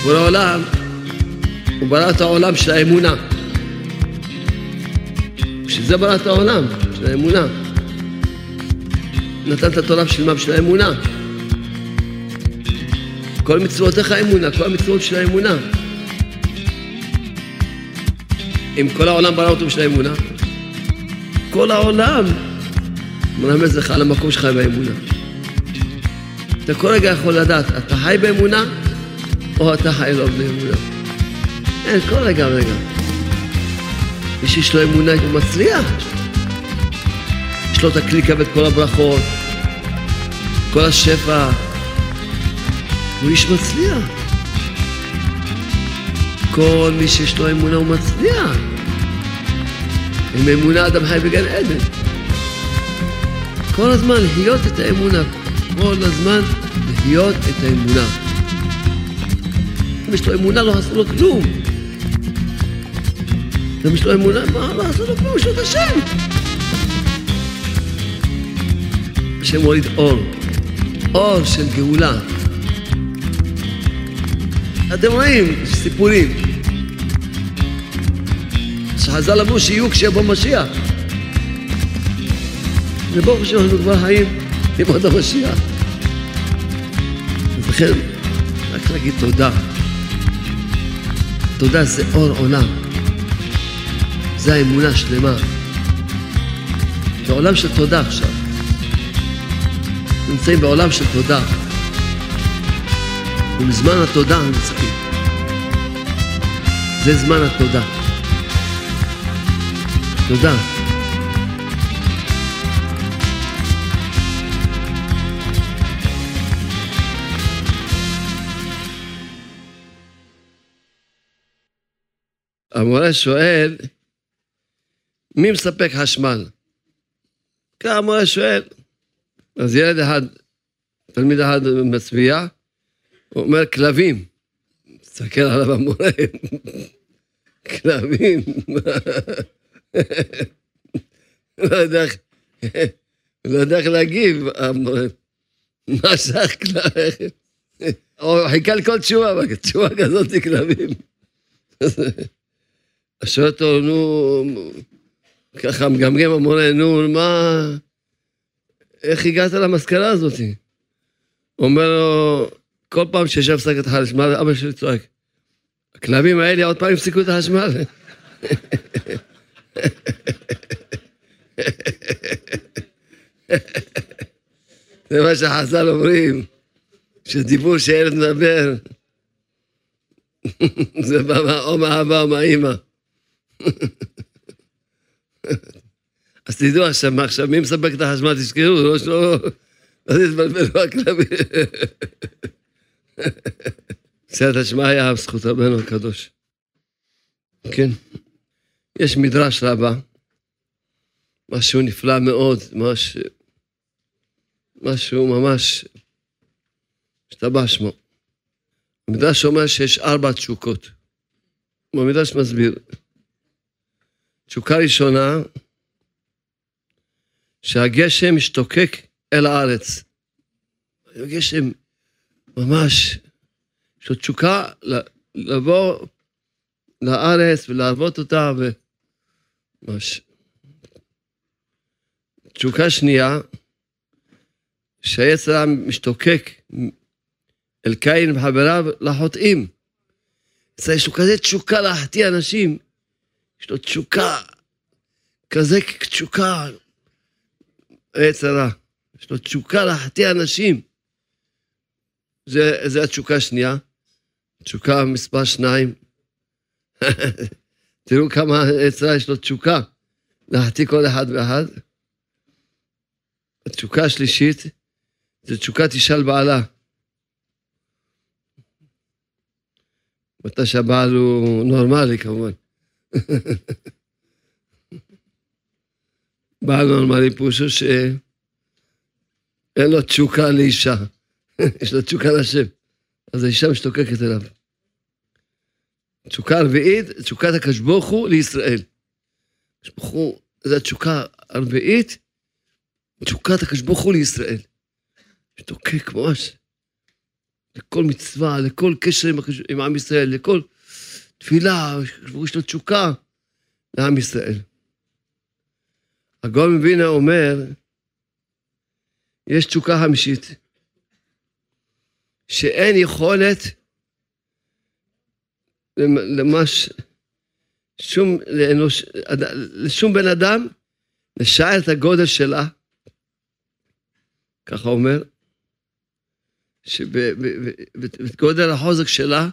בורא העולם, הוא ברא את העולם של האמונה. שזה ברא את העולם של האמונה. נתן את התורה בשביל מה? בשביל האמונה. כל מצוותיך האמונה, כל המצוות של האמונה. אם כל העולם ברא אותו בשביל האמונה, כל העולם מרמז לך על המקום שלך באמונה. אתה כל רגע יכול לדעת, אתה חי באמונה או אתה חי לא באמונה. אין, כל רגע ורגע. מי שיש לו אמונה הוא מצליח. יש לו את הקליקה ואת כל הברכות, כל השפע. הוא איש מצליח. כל מי שיש לו אמונה הוא מצליח. עם אמונה אדם חי בגן עדן. כל הזמן להיות את האמונה. כל הזמן להיות את האמונה. אם יש לו אמונה לא עשו לו כלום. אם יש לו אמונה לא עשו לו כלום, יש לו את השם. השם מוליד אור. אור של גאולה. אתם רואים סיפורים שחז"ל אמרו שיהיו כשיבוא משיח. וברוך השם אנחנו כבר חיים עם עוד המשיח. אז לכן רק להגיד תודה. תודה זה אור עולם. זה האמונה שלמה. זה עולם של תודה עכשיו. נמצאים בעולם של תודה. ומזמן התודה הנצחית. זה זמן התודה. תודה. המורה שואל, מי מספק חשמל? כי המורה שואל, אז ילד אחד, תלמיד אחד מצביע, הוא אומר, כלבים. תסתכל עליו המורה. כלבים. לא יודע איך להגיב, המורה. מה שייך כלבים? הוא חיכה לכל תשובה, תשובה כזאת היא כלבים. שואל אותו, נו, ככה מגמגם המורה, נו, מה, איך הגעת למסקנה הזאת? הוא אומר לו, כל פעם שיש הפסקת החשמל, אבא שלי צועק, הכלבים האלה עוד פעם הפסיקו את החשמל. זה מה שחז"ל אומרים, שדיבור שילד מדבר, זה בא או מהאבא או מהאמא. אז תדעו עכשיו, מי מספק את החשמל, תזכרו, לא תתבלבלו הכלבים. סייעתא שמיא, זכות רבנו הקדוש. כן. יש מדרש רבה, משהו נפלא מאוד, משהו ממש השתבח שמו. המדרש אומר שיש 4 תשוקות. המדרש מסביר. תשוקה ראשונה, שהגשם משתוקק אל הארץ. הגשם ממש, יש לו תשוקה לבוא לארץ ולעבוד אותה וממש. תשוקה שנייה, שהיצר משתוקק אל קין וחבריו לחוטאים. יש לו כזה תשוקה להחטיא אנשים, יש לו תשוקה, כזה תשוקה, היצרה, יש לו תשוקה להחטיא אנשים. זה התשוקה השנייה, תשוקה מספר 2. תראו כמה היצרה יש לו תשוקה, להחטיא כל אחד ואחד. התשוקה השלישית, זה תשוקת אישה לבעלה. מתי שהבעל הוא נורמלי כמובן. בעל נורמלי פושו שאין לו תשוקה לאישה. יש לו תשוקה לשם. אז האישה משתוקקת אליו. תשוקה הרביעית, תשוקת הקדוש ברוך הוא לישראל. הקדוש ברוך הוא, זו התשוקה הרביעית, תשוקת הקדוש ברוך הוא לישראל. משתוקק ממש. לכל מצווה, לכל קשר עם עם ישראל, לכל תפילה, יש לו תשוקה לעם ישראל. הגאון מווילנה אומר, יש תשוקה חמישית, שאין יכולת לשום בן אדם לשער את הגודל שלה, ככה אומר, שבגודל החוזק שלה,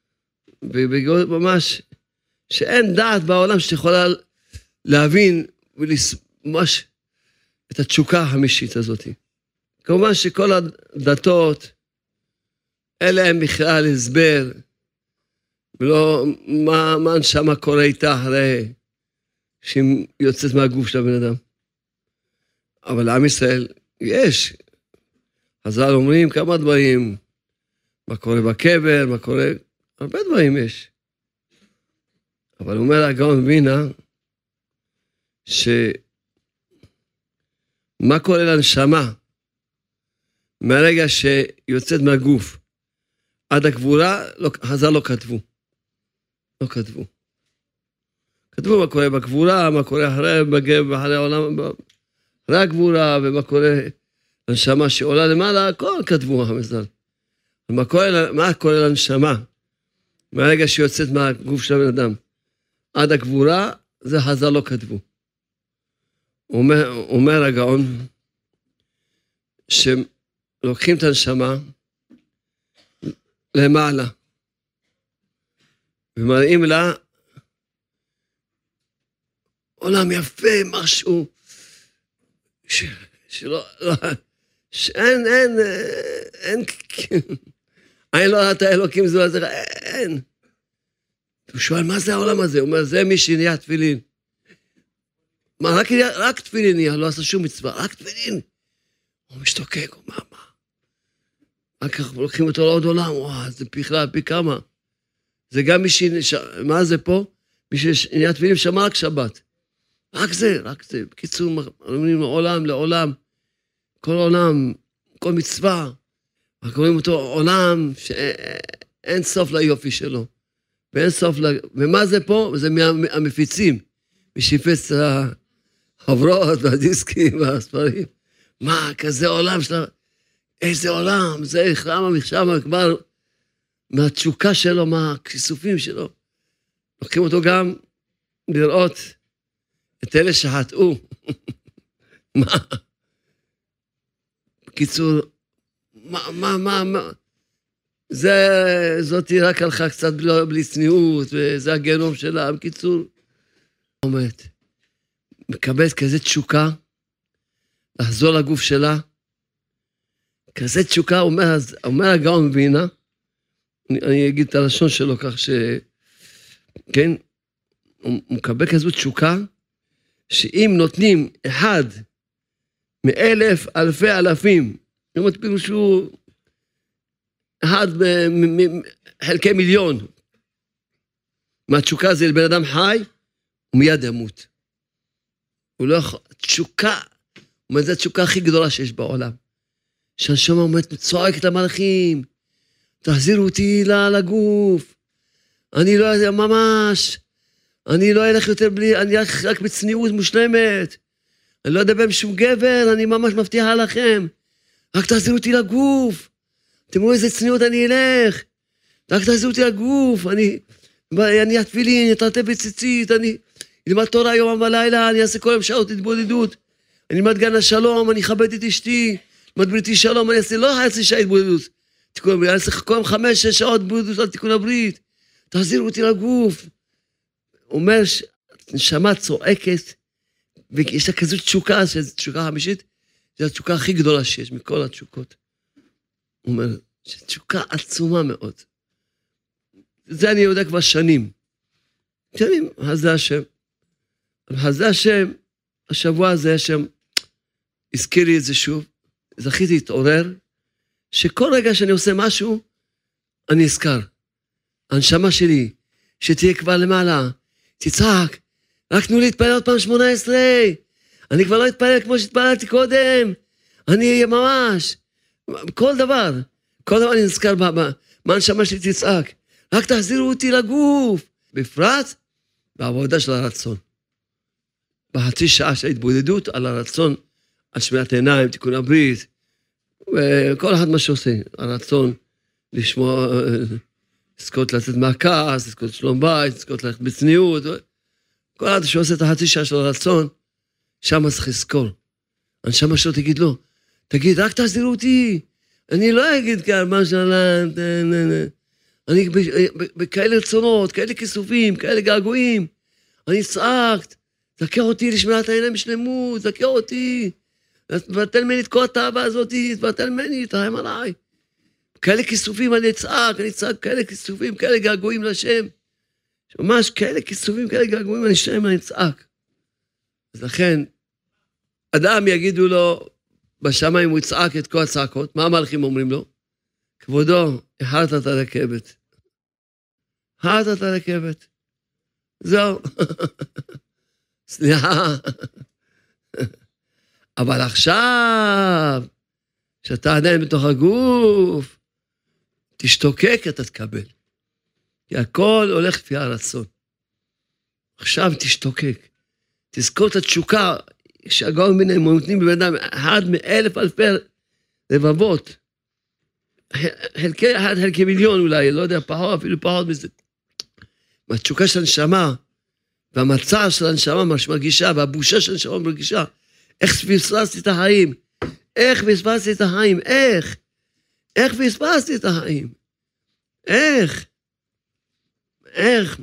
ממש, שאין דעת בעולם שיכולה להבין ממש את התשוקה החמישית הזאת. כמובן שכל הדתות, אלה הם בכלל הסבר, ולא מה הנשמה קורה איתה אחרי שהיא יוצאת מהגוף של הבן אדם. אבל לעם ישראל יש, חז"ל אומרים כמה דברים, מה קורה בקבר, מה קורה, הרבה דברים יש. אבל אומר הגאון מווילנה, שמה קורה לנשמה, מהרגע שיוצאת מהגוף, עד הגבורה, חז"ל לא כתבו. לא כתבו. כתבו מה קורה בגבורה, מה קורה אחרי העולם, אחרי הגבורה, ומה קורה לנשמה שעולה למעלה, הכל כתבו חז"ל. מה קורה לנשמה? מהרגע שיוצאת מהגוף של הבן אדם, עד הגבורה, זה חז"ל לא כתבו. אומר הגאון, שלוקחים את הנשמה למעלה, ומראים לה עולם יפה, משהו שלא, שאין, אין לא ראתה אלוקים זו לזה, אין. הוא שואל, מה זה העולם הזה? הוא אומר, זה מי שנהיה תפילין. מה, רק תפילין נהיה, לא עשה שום מצווה, רק תפילין. הוא משתוקק, הוא אומר, מה? רק לוקחים אותו לעוד עולם, וואו, זה פי כמה. זה גם מי מה זה פה? מי שנהיה תפילין שמע רק שבת. רק זה. בקיצור, אומרים מעולם לעולם, כל עולם, כל מצווה, קוראים אותו עולם שאין סוף ליופי שלו. ואין סוף ומה זה פה? זה מהמפיצים, משיפץ החברות והדיסקים והספרים. מה, כזה עולם שלה, איזה עולם, זה שם כבר מהתשוקה שלו, מהכיסופים שלו. לוקחים אותו גם לראות את אלה שחטאו. מה? בקיצור, מה? זאתי רק הלכה קצת בלי צניעות, וזה הגנום שלה, בקיצור. אומרת, מקבלת כזה תשוקה, לחזור לגוף שלה, כזה תשוקה, אומר הגאון מווילנה, אני אגיד את הלשון שלו כך כן, הוא מקבל כזו תשוקה, שאם נותנים אחד מאלף אלפי אלפים, זאת אומרת, פירושו אחד חלקי מיליון, מהתשוקה זה לבן אדם חי, הוא מיד ימות. הוא לא יכול, תשוקה, הוא אומר, זו התשוקה הכי גדולה שיש בעולם. שהנשמה עומדת צועקת למלאכים, תחזירו אותי לגוף, אני לא יודע, ממש, אני לא אלך יותר בלי, אני רק בצניעות מושלמת, אני לא אדבר בשום גבר, אני ממש מבטיחה לכם, רק תחזירו אותי לגוף, תראו איזה צניעות אני אלך, רק תחזירו אותי לגוף, אני התפילין, אתרטב בציצית, אני אלמד תורה יום ולילה, אני אעשה כל יום שעות התבודדות, אני אלמד גן השלום, אני אכבד את אשתי, אלמד בריתי שלום, אני אעשה לא חצי שעה התבודדות, אני אעשה כל יום 5-6 שעות התבודדות על תיקון הברית, תחזירו אותי לגוף. הוא אומר, נשמה צועקת, ויש לה כזו תשוקה, שזו תשוקה חמישית, זו התשוקה הכי גדולה שיש מכל התשוקות. הוא אומר, שזו תשוקה עצומה מאוד. זה אני יודע כבר שנים. אז זה השם. אז זה השם, השבוע הזה השם, הזכיר לי את זה שוב, זכיתי להתעורר, שכל רגע שאני עושה משהו, אני אזכר. הנשמה שלי, שתהיה כבר למעלה, תצעק, רק תנו לי להתפלל עוד פעם 18, אני כבר לא אתפלל כמו שהתפללתי קודם, אני ממש, כל דבר, כל דבר אני נזכר מה הנשמה שלי תצעק. רק תחזירו אותי לגוף. בפרט, בעבודה של הרצון. בחצי שעה של ההתבודדות על הרצון, על שמיעת עיניים, תיקון הברית, וכל אחד מה שעושה, הרצון לשמוע, לזכות לצאת מהכעס, לזכות שלום בית, לזכות ללכת בצניעות, כל אחד שעושה את החצי שעה של הרצון, שם צריך לזכור. הנשמה שלו תגיד לו, תגיד, רק תחזירו אותי, אני לא אגיד כאן מה שלם, אני בכאלה רצונות, כאלה כיסופים, כאלה געגועים, אני צעקת, זכר אותי לשמירת העיניים בשלמות, זכר אותי, תבטל ממני את כל התאווה הזאת, תבטל ממני, תרחם עליי. כאלה כיסופים אני צעק, כאלה כיסופים, כאלה געגועים לשם. ממש כאלה כיסופים, כאלה געגועים אני שם, אני צעק. אז לכן, אדם יגידו לו, בשמיים הוא יצעק את כל הצעקות, מה המלאכים אומרים לו? כבודו, החרת את הרכבת. החרת את הרכבת. זהו. סליחה. אבל עכשיו, שאתה עדיין בתוך הגוף, תשתוקק, אתה תקבל. כי הכל הולך לפי הרצון. עכשיו תשתוקק. תזכור את התשוקה, שהגאון ביניהם נותנים בבן אדם, אחד מאלף אלפי לבבות. חלקי מיליון אולי, לא יודע, פחות, אפילו פחות מזה. מהתשוקה של הנשמה, והמצע של הנשמה מרגישה, והבושה של הנשמה מרגישה, איך פספסתי את החיים? איך פספסתי את החיים? איך פספסתי את החיים? איך?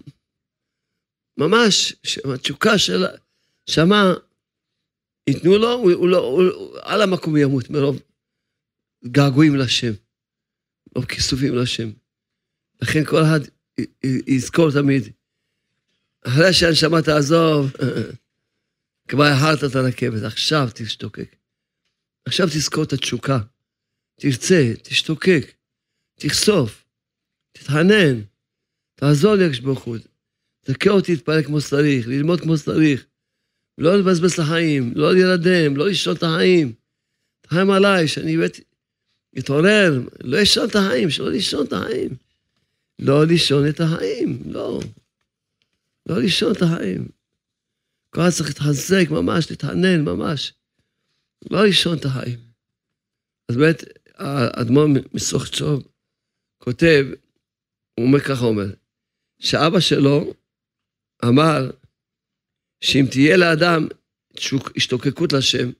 ממש, התשוקה של הנשמה, ייתנו לו, הוא על המקום ימות, מרוב געגועים לשם, מרוב כיסופים לשם. לכן כל אחד יזכור תמיד, אחרי שהנשמה תעזוב, כבר החרת את הרכבת, עכשיו תשתוקק. עכשיו תזכור את התשוקה. תרצה, תשתוקק, תחשוף, תתחנן, תעזור לי הקדוש ברוך הוא. תזכה אותי להתפלל כמו שצריך, ללמוד כמו שצריך, לא לבזבז את החיים, לא להירדם, לא לישון את החיים. תחיים עליי, שאני אתעורר, לא לישון את החיים, שלא לישון את החיים. לא לישון את החיים, לא. לא לישון את החיים. כל אחד צריך להתחזק ממש, להתענן ממש. לא לישון את החיים. אז באמת, האדמו"ר מסוך צ'וב כותב, הוא אומר ככה, אומר, שאבא שלו אמר, שאם תהיה לאדם השתוקקות לשם,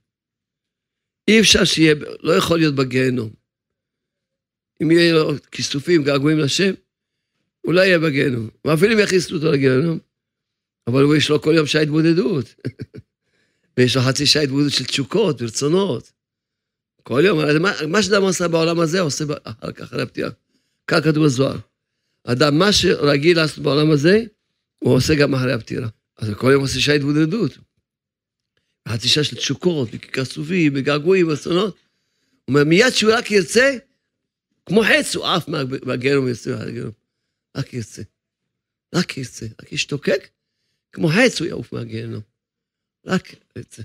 אי אפשר שיהיה, לא יכול להיות בגיהנום. אם יהיה לו כיסופים, געגועים לשם, הוא לא יהיה בגיהנום. ואפילו אם יכניסו אותו לגיהנום, אבל הוא יש לו כל יום שעה התבודדות. ויש לו חצי שעה התבודדות של תשוקות ורצונות. כל יום, מה שאדם עושה בעולם הזה, עושה אחר כך, אחרי הפתיעה. כך כתוב בזוהר. אדם, מה שרגיל לעשות בעולם הזה, הוא עושה גם אחרי הפתירה. אז כל יום עושה שעה התבודדות. חצי שעה של תשוקות, וכיסופים, וגעגועים, ורצונות. הוא אומר, מיד שהוא רק ירצה, כמו חץ, הוא עף מהגיהנום ירצה, רק ירצה. רק ישתוקק, כמו חץ הוא יעוף מהגיהנום. רק ירצה.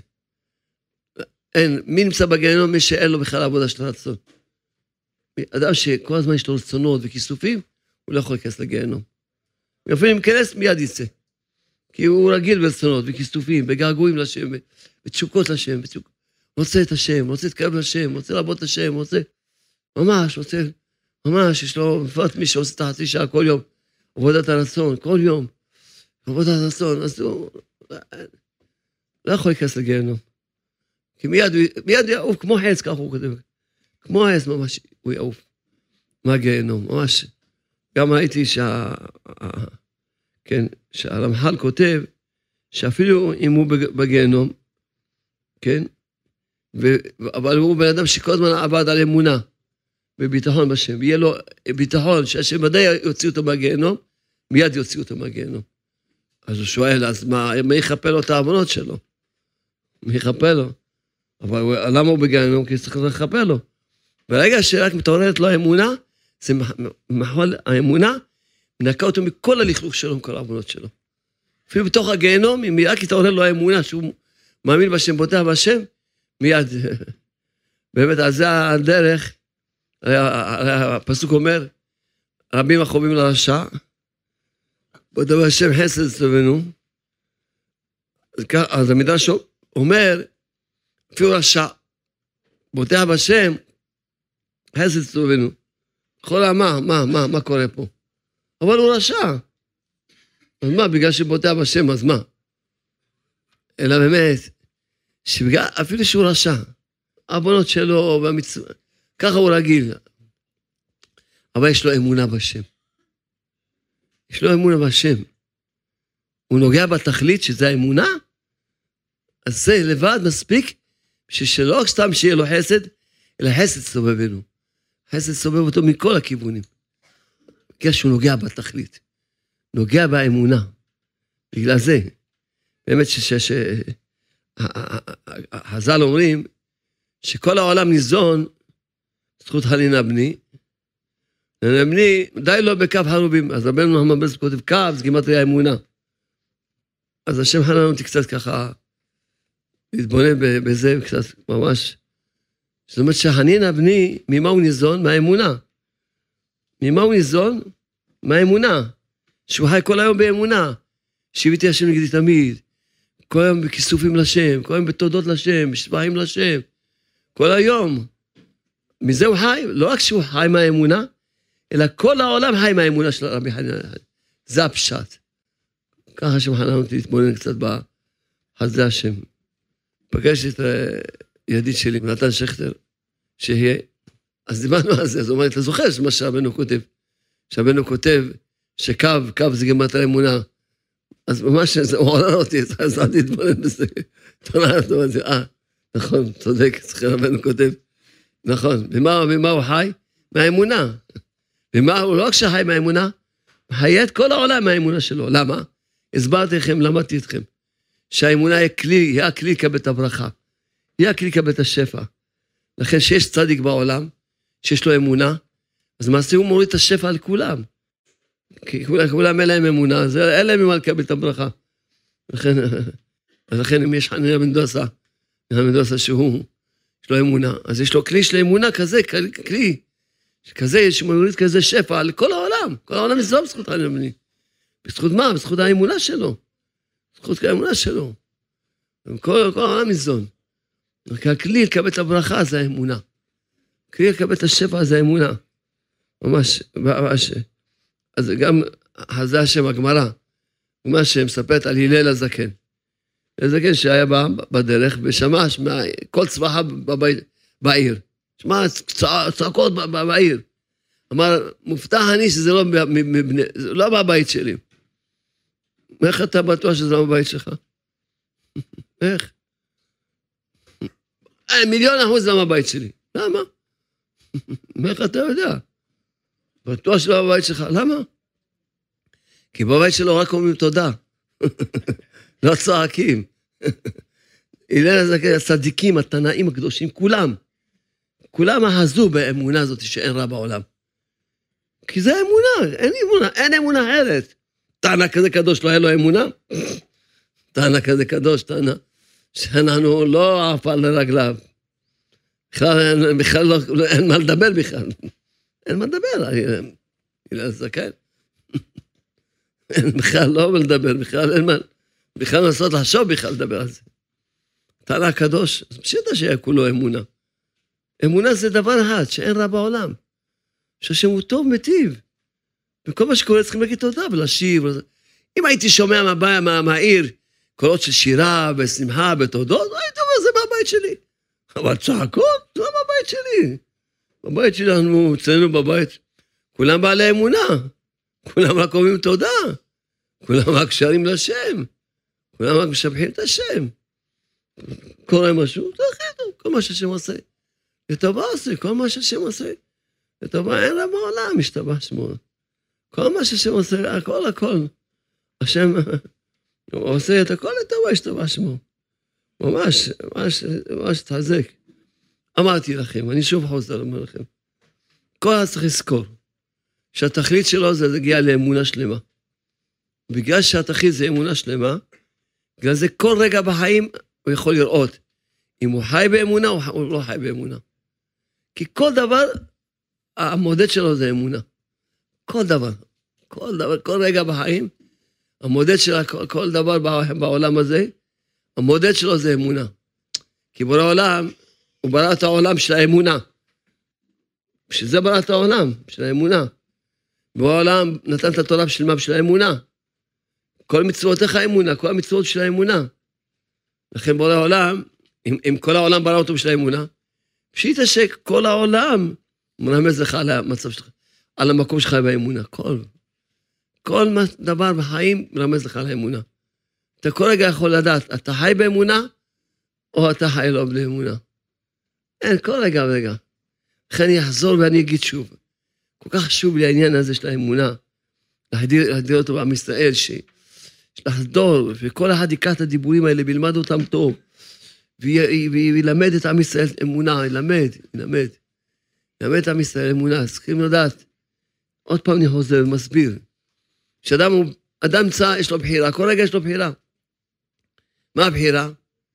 אין, מי נמצא בגיהנום? מי שאין לו בכלל עבודה של רצון. אדם שכל הזמן יש לו רצונות וכיסופים, הוא לא יכול להיכנס לגיהנום. אפילו אם כנס, מיד יצא. כי הוא רגיל ברצונות וכיסופים, בגעגועים לשם, בתשוקות לשם, רוצה את השם, רוצה להתקרב לשם, רוצה לעבוד את השם, רוצה, ממש, יש לו, בפרט מי שעושה את החצי שעה כל יום, עבודת הרצון, כל יום, עבודת הרצון, אז הוא לא יכול להיכנס לגיהנום. כי מיד יעוף כמו חץ, כך הוא כותב. כמו חץ ממש, הוא יעוף מהגיהנום, ממש. גם ראיתי שהרמח"ל כותב, שאפילו אם הוא בגיהנום, כן? אבל הוא בן אדם שכל הזמן עבד על אמונה, בביטחון בשם, ויהיה לו ביטחון שהשם ודאי יוציא אותו מהגיהנום, מיד יוציא אותו מהגיהנום. אז הוא שואל, אז מי יכפל לו את העוונות שלו? מי יכפל לו? אבל למה הוא בגיהנום? כי צריך לכפל לו. ברגע שרק מתעוררת לו האמונה, זה מחול האמונה, מנקה אותו מכל הלכלוך שלו, מכל העוונות שלו. אפילו בתוך הגיהנום, אם רק יתעורר לו האמונה, שהוא מאמין בשם, בוטח בשם, מיד. באמת, אז זה הדרך הפסוק אומר, רבים החובים לרשע, בדבר השם חסד סובנו, אז המדרש אומר, אפילו רשע, בוטח בשם, חסד סובנו. כל מה קורה פה? אבל הוא רשע. אז מה, בגלל שבוטח בשם, אז מה? אלא באמת, אפילו שהוא רשע, הבנות שלו, ככה הוא רגיל. אבל יש לו אמונה בשם. יש לו אמונה בשם. הוא נוגע בתכלית שזה האמונה, אז זה לבד מספיק, שלא רק סתם שיהיה לו חסד, אלא חסד סובבנו. חסד סובב אותו מכל הכיוונים. בגלל שהוא נוגע בתכלית. נוגע באמונה. בגלל זה. באמת חז"ל אומרים, שכל העולם ניזון, זכות חנינה בני, בני, די לא בקו חרובים, אז רבנו מוחמד ברסלב כותב קו, זה כמעט היה אמונה. אז השם חנן אותי קצת ככה, להתבונן בזה, קצת ממש, זאת אומרת שחנינה בני, ממה הוא ניזון? מהאמונה. ממה הוא ניזון? מהאמונה. שהוא חי כל היום באמונה, שיביתי השם נגדי תמיד, כל היום בכיסופים לשם, כל היום בתודות לשם, בשבחים לשם, כל היום. מזה הוא חי, לא רק שהוא חי מהאמונה, אלא כל העולם חי מהאמונה של רבי חנינא. זה הפשט. ככה שמחנן אותי להתבונן קצת בחסדי השם. פגשתי את הידיד שלי, נתן שכטר, שיהיה. אז דיברנו על זה, אז הוא אומר לי, אתה זוכר מה שרבנו כותב? שרבנו כותב שקו זה גמרת האמונה. אז ממש הוא עורר אותי, אז אל תתבונן בזה. נכון, צודק, זכר רבנו כותב. נכון, ומה הוא חי? מהאמונה. ומה הוא לא רק שחי מהאמונה, חי את כל העולם מהאמונה שלו. למה? הסברתי לכם, למדתי אתכם, שהאמונה היא הכלי לקבל את הברכה, היא הכלי לקבל את השפע. לכן שיש צדיק בעולם, שיש לו אמונה, אז מעשה הוא מוריד את השפע על כולם. כי כולם אין להם אמונה, אז אין להם מה לקבל את הברכה. לכן אם יש חנינא בן דוסה שהוא, יש לו אמונה, אז יש לו כלי של אמונה כזה, כלי, כזה, שמוריד כזה שפע על כל העולם, כל העולם יזום בזכות חנינא בני. בזכות מה? בזכות האמונה שלו. בזכות האמונה שלו. כל העולם יזון. הכלי לקבל את הברכה זה האמונה. הכלי לקבל את השפע זה האמונה. ממש. אז גם זה השם הגמרא. מה שמספרת על הלל הזקן. הזקן שהיה בדרך ושמע כל צווחה בעיר. שמע צעקות בעיר. אמר, מופתע אני שזה לא מהבית שלי. איך אתה בטוח שזה לא מהבית שלך? איך? 1,000,000% זה לא מהבית שלי. למה? איך אתה יודע? בטוח שזה לא מהבית שלך. למה? כי בבית שלו רק אומרים תודה. לא צועקים. הלל הזקן, הצדיקים, התנאים הקדושים, כולם אחזו באמונה הזאת שאין רע בעולם. כי זה אמונה, אין אמונה אחרת. טענה כזה קדוש, לא היה לו אמונה? טענה כזה קדוש, טענה שאנחנו לא עף על רגליו. בכלל אין מה לדבר בכלל. אין מה לדבר, הלל הזקן. אין בכלל לא מה לדבר, בכלל אין מה, בכלל לעשות לחשוב בכלל לדבר על זה. טענה קדוש, אז פשיטה שהיה כולו אמונה. אמונה זה דבר אחד, שאין רע בעולם. שהשם הוא טוב, מטיב. וכל מה שקורה צריכים להגיד תודה ולשיר. אם הייתי שומע מהעיר, קולות של שירה ושמחה ותודות, הייתי אומר, זה מהבית שלי. אבל צעקות, זה מהבית שלי. בבית שלנו, אצלנו בבית, כולם בעלי אמונה. כולם רק אומרים תודה. כולם רק שרים לשם. כולם רק משבחים את השם. קורה משהו, זה הכי טוב, כל מה שהשם עושה. לטובה עושה, כל מה שהשם עושה. לטובה אין לה בעולם, משתבח שמו. כל מה שהשם עושה, הכל. השם עושה את הכל לטובה, השתבח שמו. ממש תחזק. אמרתי לכם, אני שוב חוזר אומר לכם. כל אחד צריך לזכור, שהתכלית שלו זה להגיע לאמונה שלמה. בגלל שהתכלית זה אמונה שלמה, בגלל זה כל רגע בחיים הוא יכול לראות אם הוא חי באמונה או הוא לא חי באמונה. כי כל דבר המודד שלו זה אמונה. כל דבר, כל רגע בחיים, המודד של כל דבר בעולם הזה, המודד שלו זה אמונה. כי בורא העולם, הוא ברא את העולם של האמונה. בשביל זה ברא את העולם, של האמונה. בורא העולם נתן את התורה בשביל מה? בשביל האמונה. כל מצוותיך האמונה, כל המצוות של האמונה. לכן בורא העולם, אם כל העולם ברא אותו בשביל האמונה, פשיטה שכל העולם מרמז לך על המצב שלך, על המקום שלך באמונה. כל דבר בחיים מרמז לך על האמונה. אתה כל רגע יכול לדעת, אתה חי באמונה, או אתה חי לא באמונה. אין, כל רגע ורגע. לכן אני אחזור ואני אגיד שוב. כל כך חשוב לי העניין הזה של האמונה, להגדיר אותו בעם ישראל, לחדור, וכל אחד יקח את הדיבורים האלה, וילמד אותם טוב, וילמד את עם ישראל אמונה, ילמד את עם ישראל אמונה. צריכים לדעת, עוד פעם אני חוזר ומסביר, שאדם נמצא, יש לו בחירה, כל רגע יש לו בחירה. מה הבחירה?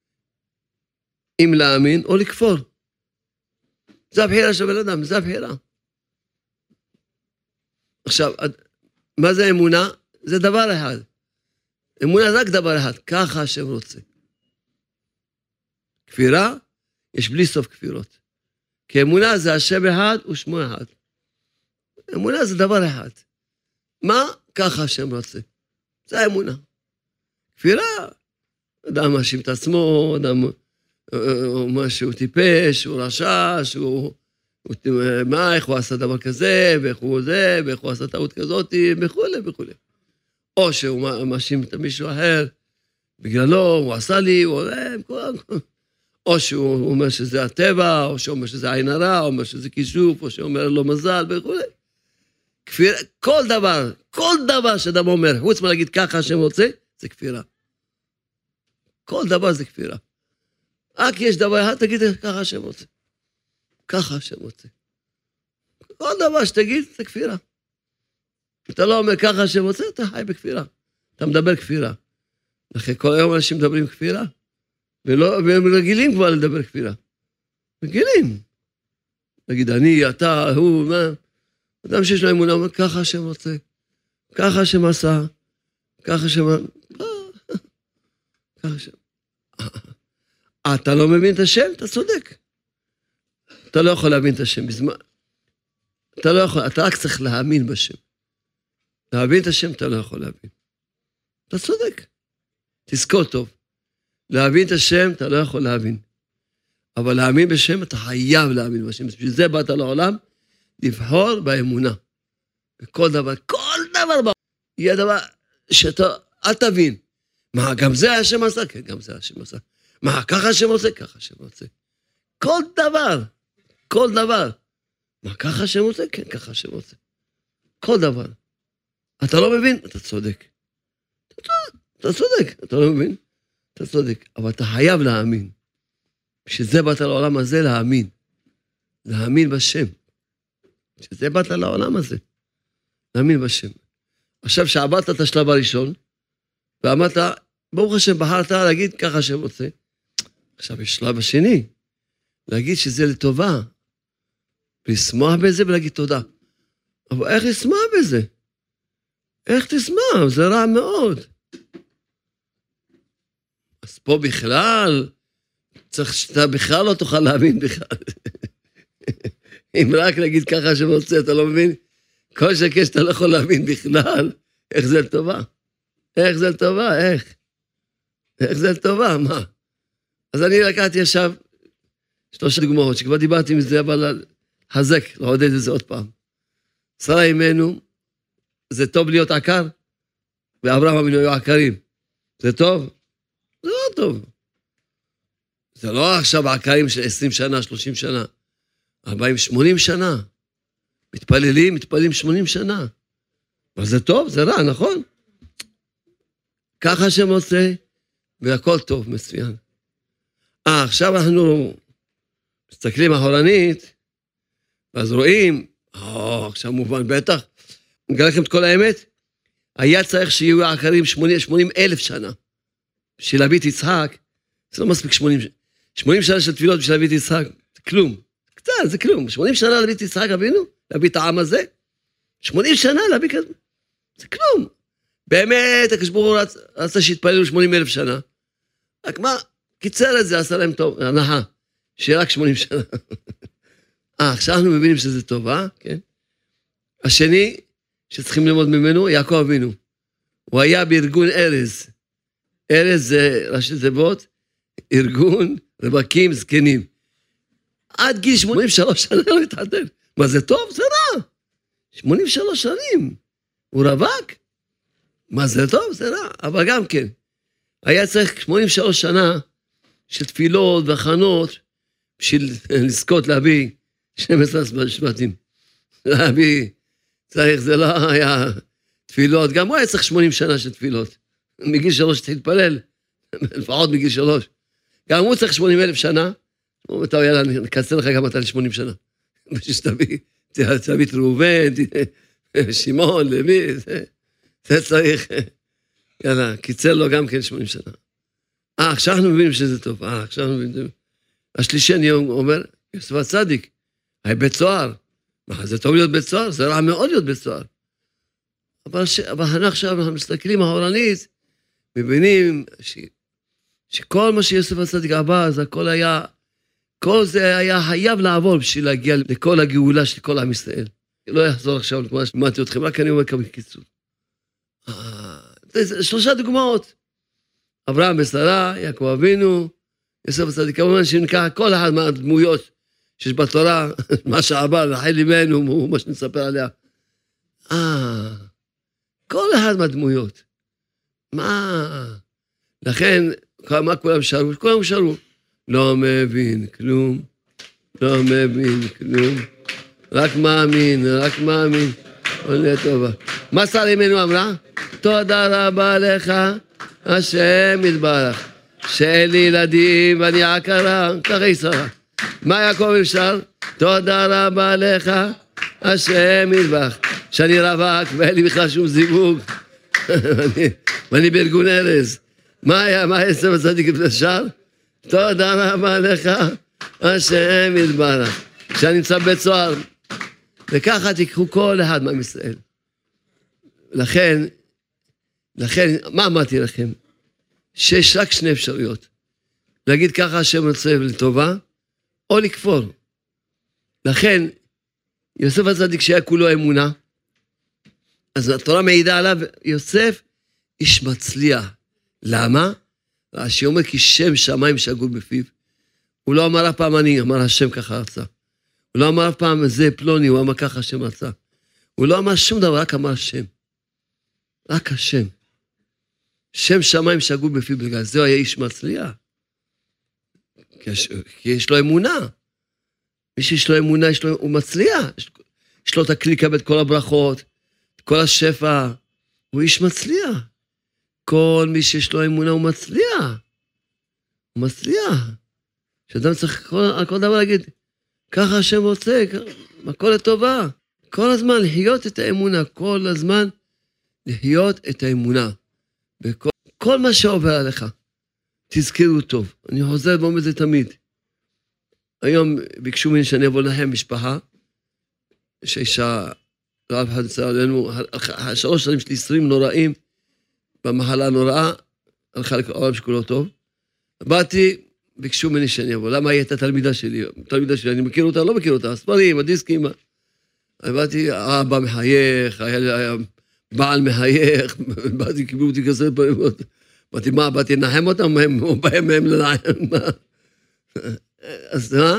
אם להאמין או לכפור. זה הבחירה של בן אדם, זה הבחירה. עכשיו, מה זה אמונה? זה דבר אחד. אמונה זה רק דבר אחד, ככה השם רוצה. כפירה, יש בלי סוף כפירות. כי אמונה זה השם אחד ושמו אחד. אמונה זה דבר אחד. מה? ככה השם רוצה. זה האמונה. כפירה, אדם מאשים את עצמו, אדם אומר שהוא טיפש, הוא רשע, איך הוא עשה דבר כזה, ואיך הוא עשה טעות כזאת, וכו'. או שהוא מאשים את מישהו אחר, בגללו, הוא עשה לי, או שהוא אומר שזה הטבע, או שהוא אומר שזה עין הרע, או אומר שזה כישוף, או שהוא אומר לו מזל, וכו'. כפירה, כל דבר שאדם אומר, חוץ מלהגיד ככה השם רוצה, זה כפירה. כל דבר זה כפירה. רק יש דבר אחד, תגיד ככה השם רוצה. ככה השם רוצה. כל דבר שתגיד, זה כפירה. אתה לא אומר ככה השם רוצה, אתה חי בכפירה. אתה מדבר כפירה. לכן כל היום אנשים מדברים כפירה, והם רגילים כבר לדבר כפירה. רגילים. נגיד, אני, אתה, הוא, מה? אדם שיש לו אמונה, אומר, ככה השם רוצה. ככה השם עשה. ככה השם... ככה השם... אתה לא מבין את השם? אתה צודק. אתה לא יכול להבין את השם בזמן. אתה לא יכול, אתה רק צריך להאמין בשם. להבין את השם אתה לא יכול להבין. אתה צודק. תזכור טוב. להבין את השם אתה לא יכול להבין. אבל להאמין בשם אתה חייב להאמין בשם. בשביל זה באת לעולם, לבחור באמונה. בכל דבר, יהיה דבר שאתה, אל תבין. מה, גם זה השם עשה? כן, גם זה השם עשה. מה, ככה השם עושה? ככה השם עושה. כל דבר. מה, ככה השם עושה? כן, ככה השם עושה. כל דבר. אתה לא מבין? אתה צודק. אתה צודק. אתה לא מבין? אתה צודק. אבל אתה חייב להאמין. כשזה באת לעולם הזה, להאמין. להאמין בשם. כשזה באת לעולם הזה. להאמין בשם. עכשיו שעברת את השלב הראשון, ואמרת, ברוך השם, בחרת להגיד ככה השם רוצה. עכשיו יש שלב השני, להגיד שזה לטובה, ולשמוח בזה ולהגיד תודה. אבל איך לשמוח בזה? איך תשמח? זה רע מאוד. אז פה בכלל, צריך שאתה בכלל לא תוכל להאמין בכלל. אם רק להגיד ככה השם רוצה, אתה לא מבין? כל שקש אתה לא יכול להאמין בכלל, איך זה לטובה? איך זה לטובה? איך זה לטובה? מה? אז אני לקחתי עכשיו 3 דוגמאות, שכבר דיברתי מזה, אבל חזק, לעודד את זה עוד פעם. שרה אימנו, זה טוב להיות עקר, ואברהם אבינו היו עקרים. זה טוב? זה לא טוב. זה לא עכשיו עקרים של 20 שנה, 30 שנה, 40, 80 שנה. מתפללים 80 שנה. אבל זה טוב, זה רע, נכון? ככה השם עושה, והכל טוב, מצוין. עכשיו אנחנו מסתכלים אחורנית, ואז רואים, עכשיו מובן, בטח, נגלה לכם את כל האמת, היה צריך שיהיו עקרים 80,000 שנה, בשביל להביא את יצחק, זה לא מספיק 80 שנה של תפילות בשביל להביא את יצחק, זה כלום, קצת, זה כלום, 80 שנה להביא את יצחק אבינו, להביא את העם הזה. 80 שנה להביא כזה. זה כלום. באמת, הקשבור רצה שהתפללו 80,000 שנה. רק מה, קיצר את זה, עשה להם טוב, הנחה, שיהיה רק 80 שנה. עכשיו אנחנו מבינים שזה טוב, כן? השני, שצריכים ללמוד ממנו, יעקב אבינו. הוא היה בארגון ארז. ארז זה ראשי תיבות, ארגון רווקים זקנים. עד גיל 83 שנה לא התחתן. מה זה טוב? זה רע. 83 שנים. הוא רווק? מה זה טוב? זה רע. אבל גם כן. היה צריך 83 שנה של תפילות והכנות בשביל לזכות להביא 12 שבטים. להביא, צריך, זה לא היה תפילות. גם הוא היה צריך 80 שנה של תפילות. מגיל 3 תתפלל. לפחות מגיל 3. גם הוא צריך 80,000 שנה. הוא אומר, טוב, יאללה, נקצר לך גם אתה ל-80 שנה. בשביל שתביא, תביא את ראובן, שמעון, לוי, זה צריך. יאללה, קיצר לו גם כן 80 שנה. עכשיו אנחנו מבינים שזה טוב. עכשיו אנחנו מבינים. השלישי אני אומר, יוסף הצדיק, היה בית סוהר. זה טוב להיות בית סוהר? זה רע מאוד להיות בית סוהר. אבל עכשיו אנחנו מסתכלים האורנית, מבינים שכל מה שיוסף הצדיק עבר, זה הכל היה, כל זה היה חייב לעבור בשביל להגיע לכל הגאולה של כל עם ישראל. לא יחזור עכשיו למה שמעתי אתכם, רק אני אומר כמה קיצור. 3 דוגמאות. אברהם ושרה, יעקב אבינו, יוסף הצדיק, כמובן שניקח כל אחד מהדמויות שיש בתורה, מה שעבר, לחי ליבנו, הוא מה שנספר עליה. כל אחד מהדמויות. מה? לכן, מה כולם שרו? כולם שרו. לא מבין כלום, לא מבין כלום, רק מאמין, רק מאמין. עולה טובה. מה שר ימינו אמרה? תודה רבה לך, השם יתברך, שאין לי ילדים ואני עקרה, ככה היא שרה. מה יעקב אפשר? תודה רבה לך, השם יתברך, שאני רווק ואין לי בכלל שום זיווג, ואני בארגון ארז. מה יוסף הצדיק אפשר? תודה רבה לך, השם יתברך, שאני נמצא בבית סוהר. וככה תיקחו כל אחד מעם ישראל. לכן, מה אמרתי לכם? שיש רק 2 אפשרויות. להגיד ככה השם רוצה לטובה, או לכפור. לכן, יוסף הצדיק שהיה כולו אמונה, אז התורה מעידה עליו, יוסף איש מצליח. למה? רש"י אומר כי שם שמיים שגור בפיו. הוא לא אמר אף פעם אני, אמר השם ככה רצה. הוא לא אמר אף פעם זה פלוני, הוא אמר ככה השם רצה. הוא לא אמר שום דבר, רק אמר השם. רק השם. שם שמיים שגור בפיו בגלל, זהו היה איש מצליח. כי יש לו אמונה. מי שיש לו אמונה, הוא מצליח. יש לו את הכלי לקבל את כל הברכות, את כל השפע. הוא איש מצליח. כל מי שיש לו אמונה הוא מצליח. הוא מצליח. שאדם צריך על כל דבר להגיד, ככה השם רוצה, הכל לטובה. כל הזמן לחיות את האמונה, כל הזמן לחיות את האמונה. כל מה שעובר עליך, תזכרו טוב. אני חוזר ואומר את זה תמיד. היום ביקשו ממני שאני אבוא להם משפחה, שאישה, לא אף אחד יצא עלינו, 3 שנים שלי 20 נוראים, במחלה נוראה, הלכה לעולם שכולו טוב. באתי, ביקשו ממני שאני אבוא. למה הייתה תלמידה שלי? אני מכיר אותה, לא מכיר אותה, הספרים, הדיסקים. באתי, אבא מחייך, היה בעל מחייך, באתי, קיבלו אותי כזה, באתי, מה, באתי לנחם אותם, הם באים מהם לנחם, מה? אז מה?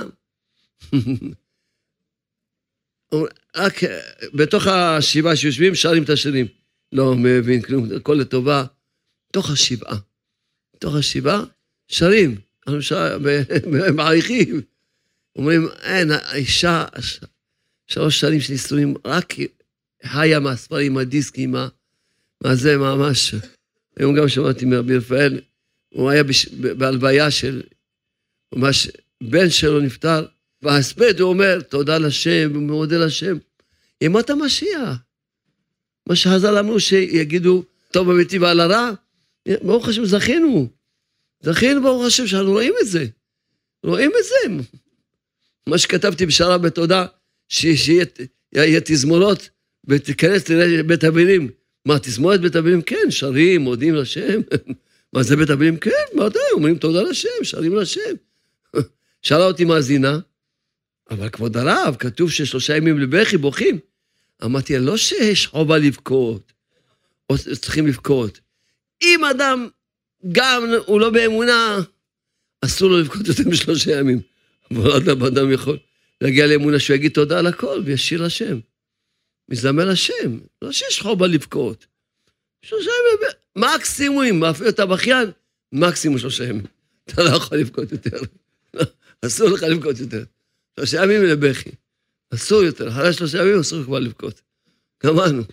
רק בתוך השבעה שיושבים, שרים את השירים. לא מבין כלום, הכל לטובה. בתוך השבעה, שרים. אנחנו מעריכים. אומרים, אין, האישה, 3 שנים של נישואים, רק היה מהספרים, הדיסקים, מה זה ממש. היום גם שמעתי מרבי רפאל, הוא היה בהלוויה של, ממש, בן שלו נפטר, וההספד הוא אומר, תודה לשם, ומודה לשם. ימות המשיח. מה שחז"ל אמרו שיגידו, טוב אמיתי ועל הרע, ברוך השם, זכינו ברוך השם, שאנחנו רואים את זה. רואים את זה. מה שכתבתי בשערה בתודה, יהיה תזמורות, ותיכנס לבית אבלים. מה, תזמורת בית אבלים? כן, שרים, מודים לשם. מה זה בית אבלים? כן, מה אתה, אומרים תודה לשם, שרים לשם. שאלה אותי מאזינה, אבל כבוד הרב, כתוב ש3 ימים לבכי, בוכים. אמרתי, לא שיש חובה לבכות, או צריכים לבכות. אם אדם גם הוא לא באמונה, אסור לו לבכות יותר מ3 ימים. אבל אדם יכול להגיע לאמונה שהוא יגיד תודה על הכל, וישיר לשם. מזמר לשם. לא שיש חובה לבכות. 3 ימים, מקסימום, אפילו אתה בכיין, מקסימום 3 ימים. אתה לא יכול לבכות יותר. אסור לך לבכות יותר. 3 ימים לבכי. אסור יותר. אחרי 3 ימים אסור כבר לבכות. גמרנו.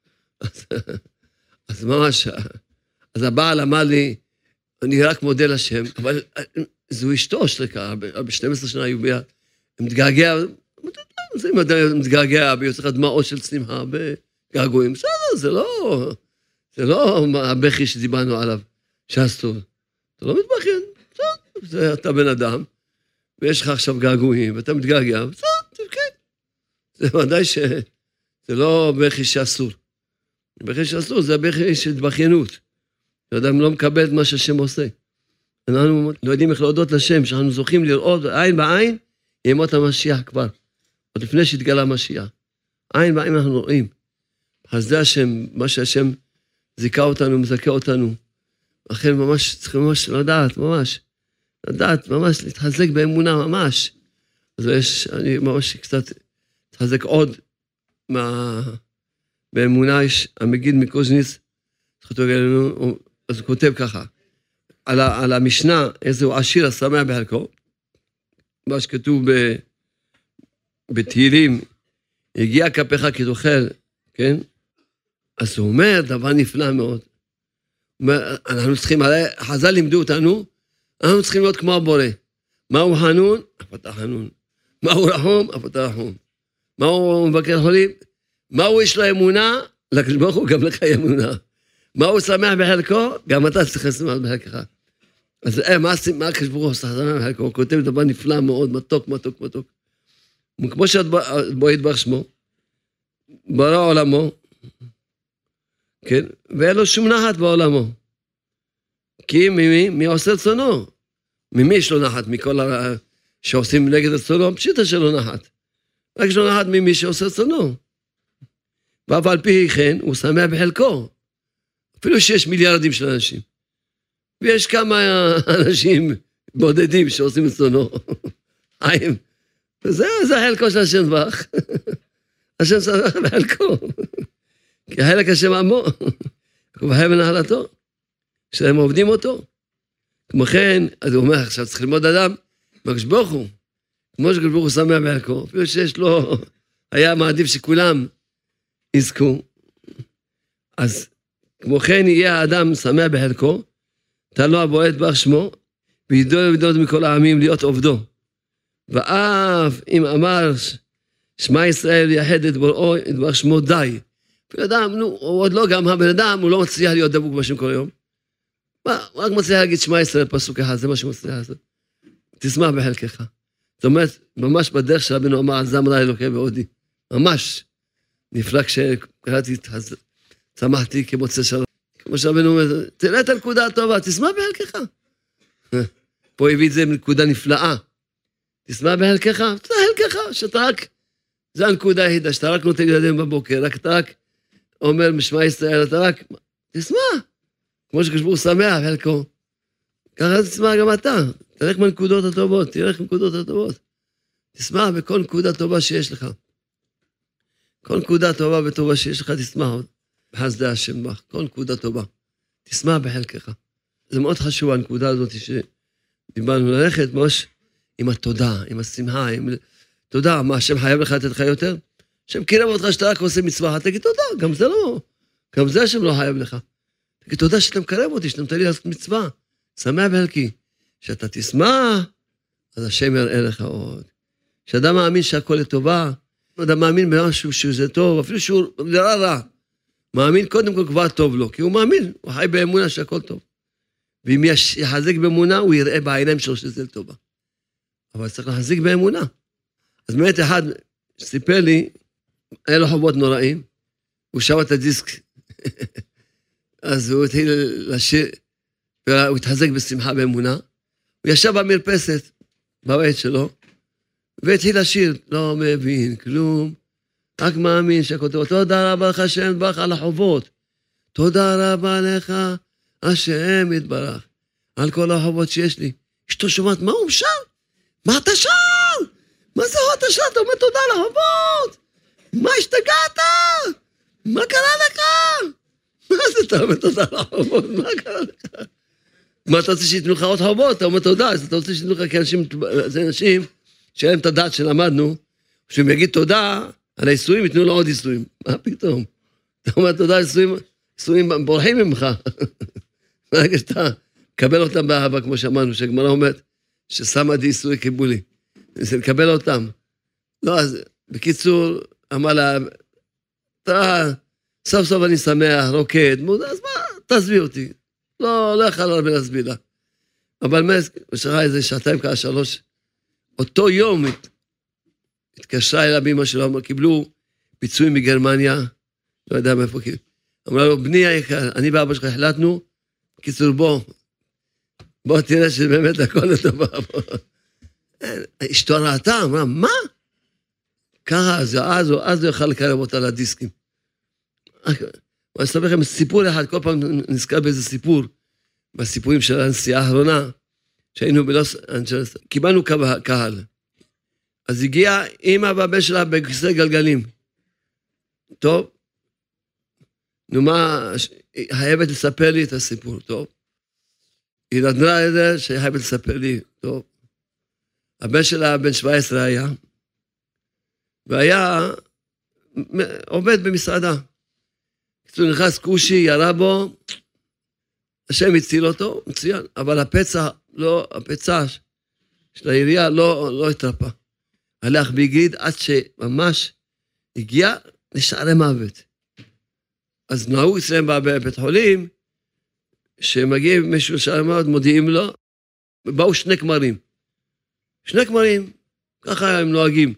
אז ממש, אז הבעל אמר לי, אני רק מודה לשם, אבל זו אשתו שלך, ב-12 שנה היו ביד, מתגעגע, זה מתגעגע, ביוצא דמעות של שמחה, בגעגועים, בסדר, זה לא הבכי שדיברנו עליו, שאסור. אתה לא מתבכיין, בסדר, אתה בן אדם, ויש לך עכשיו געגועים, ואתה מתגעגע, בסדר, תבכה. זה ודאי שזה לא בכי שאסור. בכי שאסור זה בכי של בכיינות. האדם לא מקבל את מה שהשם עושה. אנחנו לא יודעים איך להודות לשם, שאנחנו זוכים לראות עין בעין, ימות המשיח כבר. עוד לפני שהתגלה המשיח. עין בעין אנחנו רואים. אז זה השם, מה שהשם זיכה אותנו, מזכה אותנו. לכן ממש, צריכים ממש לדעת, ממש, להתחזק באמונה ממש. אז אני ממש קצת להתחזק עוד באמונה, יש המגיד מקוז'ניץ, אז הוא כותב ככה, על המשנה, איזהו עשיר השמח בחלקו, מה שכתוב בתהילים, הגיע כפיך כי תאכל, כן? אז הוא אומר דבר נפלא מאוד. אנחנו צריכים, חז"ל לימדו אותנו, אנחנו צריכים להיות כמו הבורא. מהו חנון? אף אתה חנון. מהו רחום? אף אתה רחום. מהו מבקר חולים? מהו יש לו אמונה? לקדוש ברוך הוא גם לך אמונה. מה הוא שמח בחלקו? גם אתה צריך לשמח בחלקך. אז מה הקדוש ברוך הוא שמח בחלקו? הוא כותב דבר נפלא מאוד, מתוק. כמו שבו יתברך שמו, ברא עולמו, כן? ואין לו שום נחת בעולמו. כי מי עושה רצונו? ממי יש לו נחת? מכל שעושים נגד רצונו? פשיטה שלו נחת. רק יש לו נחת ממי שעושה רצונו. ואף על פי כן, הוא שמח בחלקו. אפילו שיש מיליארדים של אנשים. ויש כמה אנשים בודדים שעושים רצונו. זה חלקו של השם בך. השם שמח בחלקו. כי חלק השם עמו. ובחי בנחלתו. שהם עובדים אותו. כמו כן, אז הוא אומר, עכשיו צריך ללמוד אדם, מקדוש ברוך הוא. כמו שקדוש ברוך הוא שמח בחלקו. אפילו שיש לו, היה מעדיף שכולם יזכו. אז כמו כן יהיה האדם שמח בחלקו, תלו הבועט ברך שמו, וידוד מכל העמים להיות עובדו. ואף אם אמר שמע ישראל יחד את בוראו, ידברך שמו די. בן אדם, הוא עוד לא גם הבן אדם, הוא לא מצליח להיות דבוק בשם כל יום. מה, הוא רק מצליח להגיד שמע ישראל פסוק אחד, זה מה שהוא מצליח לעשות. תשמח בחלקך. זאת אומרת, ממש בדרך של רבנו אמר, זמרה אלוקי ועודי. ממש נפלא כשקראתי, צמחתי כמוצא שלום. כמו שרבנו אומר, תראה את הנקודה הטובה, תשמח בחלקך. פה הביא את זה מנקודה נפלאה. תשמח בחלקך, חלקך, שאתה רק, זה הנקודה היחידה, שאתה רק נותן ילדים בבוקר, אתה רק אומר משמע ישראל, אתה רק, תשמח. כמו שקשבור שמח בחלקו. ככה תשמח גם אתה. תלך מהנקודות הטובות, תלך מהנקודות הטובות. תשמח בכל נקודה טובה שיש לך. כל נקודה טובה וטובה שיש לך, תשמח. בחסדי השם בך, כל נקודה טובה. תשמח בחלקך. זה מאוד חשוב, הנקודה הזאת שדיברנו ללכת, ממש עם התודה, עם השמחה, עם תודה, מה השם חייב לך לתת לך יותר? השם קירב אותך שאתה רק עושה מצווה, תגיד תודה, גם זה לא, גם זה השם לא חייב לך. תגיד תודה שאתה מקרב אותי, שאתה נותן לי לעשות מצווה, שמח בחלקי. שאתה תשמח, אז השם יראה לך עוד. שאדם מאמין שהכל לטובה, אדם מאמין במשהו שזה טוב, אפילו שהוא רע, מאמין קודם כל כבר טוב לו, כי הוא מאמין, הוא חי באמונה שהכל טוב. ואם יחזק באמונה, הוא יראה בעיניים שלו שזה טובה. אבל צריך להחזיק באמונה. אז באמת אחד סיפר לי, היה לו חובות נוראים, הוא שב את הדיסק, אז הוא התחיל לשיר, והוא התחזק בשמחה באמונה, הוא ישב במרפסת, בבית שלו, והתחיל לשיר, לא מבין כלום, רק מאמין שכותב, תודה רבה לך השם יתברך על החובות, תודה רבה לך השם יתברך, על כל החובות שיש לי. אשתו שומעת, מה הוא שר? מה אתה שר? מה זה אתה שר? אתה אומר תודה על החובות? מה השתגעת? מה קרה לך? מה זה אתה אומר תודה על החובות? מה קרה לך? מה אתה רוצה שיתנו לך עוד חובות? אתה אומר תודה, אז אתה רוצה שיתנו לך כאנשים, זה אנשים שאין להם את הדעת שלמדנו, כשהם יגיד תודה על האיסורים, יתנו לו עוד איסורים. מה פתאום? אתה אומר תודה על איסורים בורחים ממך. ברגע שאתה קבל אותם באהבה, כמו שאמרנו, שהגמרא אומרת, ששמה די איסורי קיבולי. זה לקבל אותם. לא, אז בקיצור, אמר לה, סוף סוף אני שמח, רוקד, אז מה, תעזבי אותי. לא יכול הרבה להסביר לה. אבל משכה איזה שעתיים ככה 3, אותו יום התקשרה אליו אמא שלו, קיבלו פיצוי מגרמניה, לא יודע מאיפה, אמרה לו, בני היקר, אני ואבא שלך החלטנו, קיצור בוא תראה שבאמת הכל לטובה. אשתו ראתה, אמרה, מה? ככה, אז הוא יוכל לקרב אותה לדיסקים. אני אספר לכם סיפור אחד, כל פעם נזכר באיזה סיפור, בסיפורים של הנסיעה האחרונה, שהיינו בלוס אנג'לס, קיבלנו קהל. אז הגיעה אמא והבן שלה בכיסא גלגלים. טוב, נו מה, חייבת לספר לי את הסיפור, טוב. היא נדרה את זה שחייבת לספר לי, טוב. הבן שלה, בן 17 היה, והיה עובד במסעדה. הוא נכנס קושי, ירה בו, השם הציל אותו, מצוין, אבל הפצע של העירייה לא התרפא. הלך והגיד עד שממש הגיע לשערי מוות. אז נהוג אצלם בבית חולים, שמגיעים מישהו לשערי מוות, מודיעים לו, באו 2 כמרים. 2 כמרים, ככה הם נוהגים.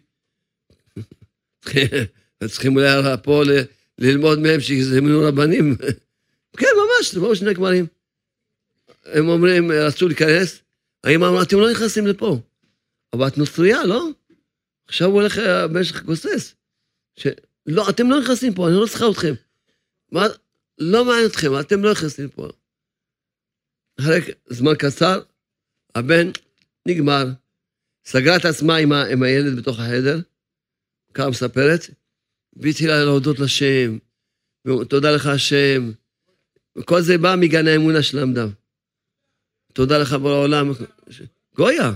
צריכים אולי פה ללמוד מהם שיזמינו רבנים. כן, ממש, באו 2 כמרים. הם אומרים, רצו להיכנס, האמא אמרה, אתם לא נכנסים לפה. אבל את נוצריה, לא? עכשיו הוא הולך במשך גוסס. לא, אתם לא נכנסים פה, אני לא צריכה אתכם. לא מעניין אתכם, אתם לא נכנסים פה. אחרי זמן קצר, הבן נגמר, סגרה את עצמה עם הילד בתוך החדר, כמה מספרת, והתחילה להודות לשם, ותודה לך השם, וכל זה בא מגן האמונה של למדם. תודה לך בעולם. גויה.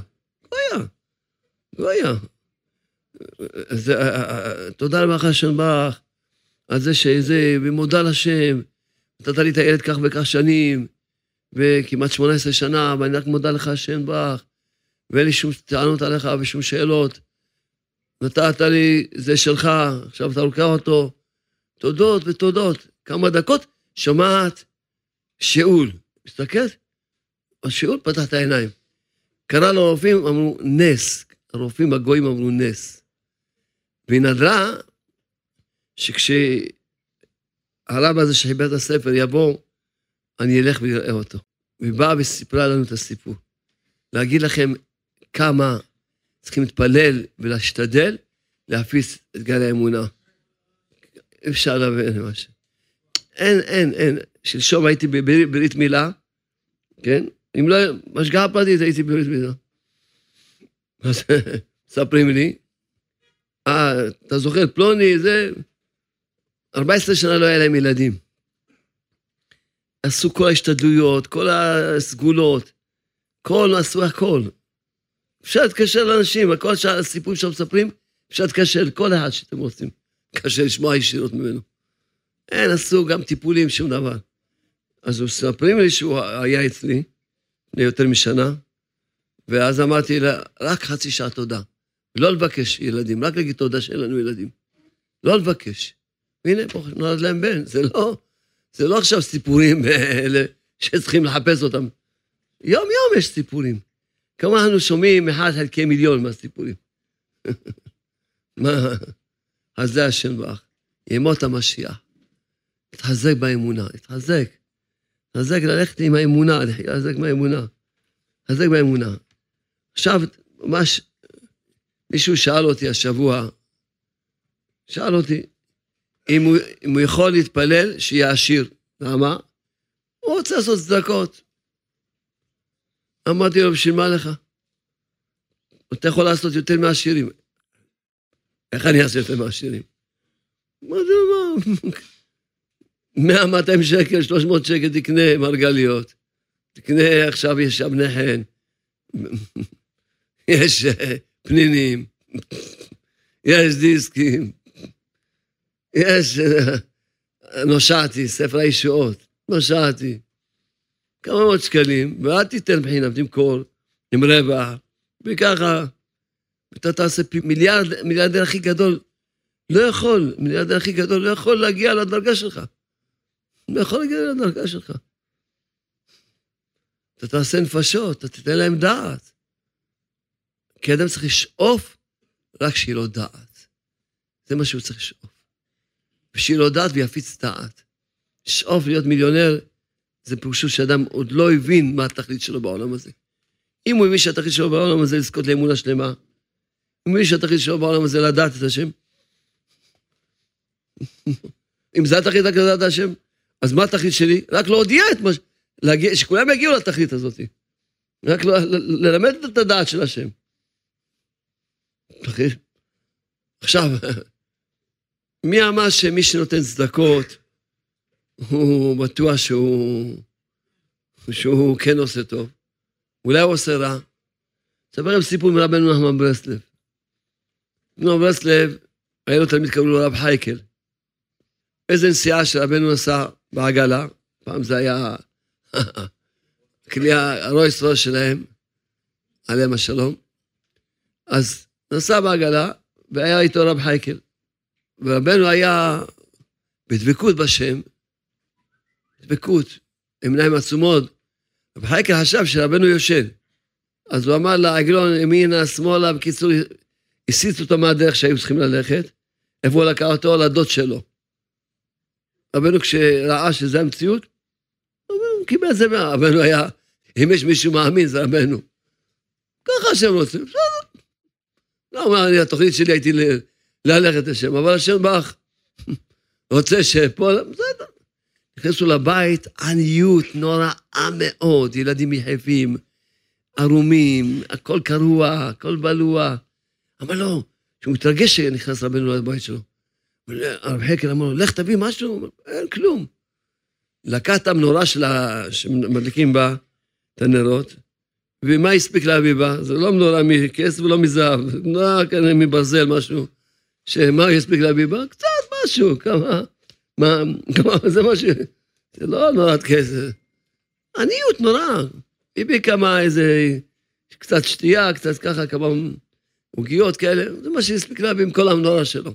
תודה לך השם בך, על זה שזה, ומודה לשם, נתת לי את הילד כך וכך שנים, וכמעט 18 שנה, ואני רק מודה לך השם בך, ואין לי שום טענות עליך ושום שאלות. נתת לי, זה שלך, עכשיו אתה לוקח אותו. תודות ותודות. כמה דקות שומעת שאול. מסתכלת? השאול פתח את העיניים. קרא לו הרופאים, אמרו נס. הרופאים הגויים אמרו נס. והיא נדרה שכשהרב הזה שחיבר את הספר יבוא, אני אלך ויראה אותו. והיא באה וסיפרה לנו את הסיפור. להגיד לכם כמה צריכים להתפלל ולהשתדל להפיץ את גל האמונה. אפשר להבין משהו. אין. שלשום הייתי בברית מילה, כן? אם לא, משגעה פרטית הייתי בברית מילה. אז ספרים לי, אתה זוכר, פלוני, זה, 14 שנה לא היה להם ילדים. עשו כל ההשתדלויות, כל הסגולות, עשו הכל. אפשר להתקשר לאנשים, כל הסיפורים שאתם מספרים, אפשר להתקשר לכל אחד שאתם רוצים. קשה לשמוע ישירות ממנו. אין, עשו גם טיפולים, שום דבר. אז הוא ספרים לי שהוא היה אצלי, לפני יותר משנה, ואז אמרתי לה, רק חצי שעה תודה. לא לבקש ילדים, רק להגיד תודה שאין לנו ילדים. לא לבקש. והנה, פה נולד להם בן. זה לא עכשיו סיפורים האלה שצריכים לחפש אותם. יום יש סיפורים. כמה אנחנו שומעים 1/1,000,000 מהסיפורים. מה? אז זה השם ברך. ימות המשיח. תחזק באמונה, תחזק. תחזק ללכת עם האמונה, תחזק באמונה. תחזק באמונה. עכשיו, ממש, מישהו שאל אותי השבוע, שאל אותי, אם הוא יכול להתפלל, שיהיה עשיר. למה? הוא רוצה לעשות צדקות. אמרתי לו, בשביל מה לך? אתה יכול לעשות יותר מהעשירים. איך אני אעשה יותר מהעשירים? אמרתי לו, מה? 100-200 שקל, 300 שקל תקנה מרגליות. תקנה, עכשיו יש אבני חן. יש פנינים. יש דיסקים. יש, נושעתי, ספר הישועות. נושעתי. כמה מאות שקלים, ואל תיתן בחינם, תמכור, עם רבע, וככה, אתה תעשה מיליארדר הכי גדול, לא יכול, מיליארדר הכי גדול, לא יכול להגיע לדרגה שלך. לא יכול להגיע לדרגה שלך. אתה תעשה נפשות, אתה תתן להם דעת. כי אדם צריך לשאוף, רק שיהיה לו דעת. זה מה שהוא צריך לשאוף. ושיהיה לו דעת ויפיץ דעת. לשאוף להיות מיליונר, זה פירושו שאדם עוד לא הבין מה התכלית שלו בעולם הזה. אם הוא הבין שהתכלית שלו בעולם הזה לזכות לאמונה שלמה, אם הוא הבין שהתכלית שלו בעולם הזה לדעת את השם, אם זה התכלית רק לדעת את השם, אז מה התכלית שלי? רק להודיע את מה, שכולם יגיעו לתכלית הזאת. רק ללמד את הדעת של השם. עכשיו, מי אמר שמי שנותן צדקות, הוא בטוח שהוא כן עושה טוב. אולי הוא עושה רע. ספר עם סיפור מרבנו נחמן ברסלב. נחמן ברסלב, היה לו תלמיד קראו לו רב חייקל. איזה נסיעה שרבנו נסע בעגלה, פעם זה היה כלי הרויס ראש שלהם, עליהם השלום. אז נסע בעגלה, והיה איתו רב חייקל. ורבנו היה בדבקות בשם, דבקות, עם עיניים עצומות. רב חייקל חשב שרבנו יושן. אז הוא אמר לעגלון, ימינה, שמאלה, בקיצור, הסיט אותו מהדרך שהיו צריכים ללכת, איפה הוא לקח אותו? לדוד שלו. רבנו כשראה שזה המציאות, הוא קיבל את זה, רבנו היה, אם יש מישהו מאמין, זה רבנו. ככה השם רוצה, בסדר. לא אומר, התוכנית שלי הייתי ללכת לשם, אבל השם בך, רוצה שפה, בסדר. נכנסו לבית, עניות נוראה מאוד, ילדים יחפים, ערומים, הכל קרוע, הכל בלוע. אבל לא, שהוא מתרגש שנכנס רבנו לבית שלו. הרב חייקל אמר לו, לך תביא משהו, אין כלום. לקח את המנורה שמדליקים בה את הנרות, ומה הספיק להביא בה? זה לא מנורה מכס ולא מזהב, מנורה כנראה מברזל משהו, שמה הוא הספיק להביא בה? קצת משהו, כמה, זה משהו, זה לא נורת כסף. עניות נורא, הביא כמה איזה, קצת שתייה, קצת ככה, כמה עוגיות כאלה, זה מה שהספיק להביא עם כל המנורה שלו.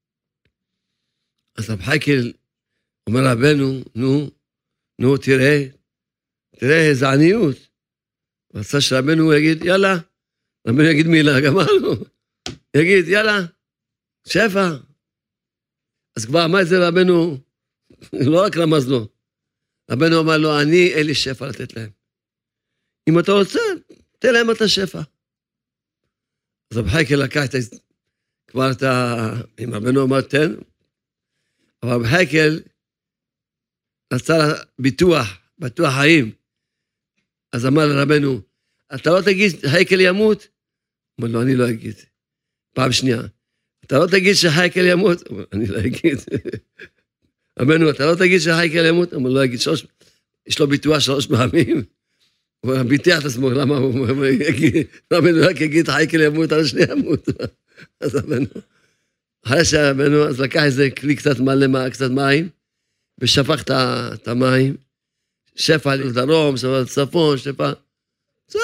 אז רב חייקל אומר רבנו, נו, תראה איזה עניות. רצה שרבנו יגיד, יאללה, רבנו יגיד מילה, גמרנו, יגיד, יאללה, שפע. אז כבר אמר את זה רבנו, לא רק רמז לו, רבנו אמר לו, אין לי שפע לתת להם. אם אתה רוצה, תן להם את השפע. אז רב חייקל לקח כבר את אם רבנו אמר, תן, אבל רב חייקל רצה ביטוח חיים. אז אמר לרבנו, אתה לא תגיד שחייקל ימות? אמר לו, אני לא אגיד. פעם שנייה, אתה לא תגיד שחייקל ימות? אמר, אני לא אגיד. רבנו, אתה לא תגיד שחייקל ימות? אמר, לא אגיד. יש לו ביטוח 3 פעמים. הוא ביטח את עצמו, למה הוא יגיד? רבנו רק יגיד, חייקל ימות, על שני ימות. אז רבנו, אחרי שרבנו, אז לקח איזה כלי קצת מלא, קצת מים, ושפך את המים, שפע לדרום, שפע לצפון, שפע, בסדר.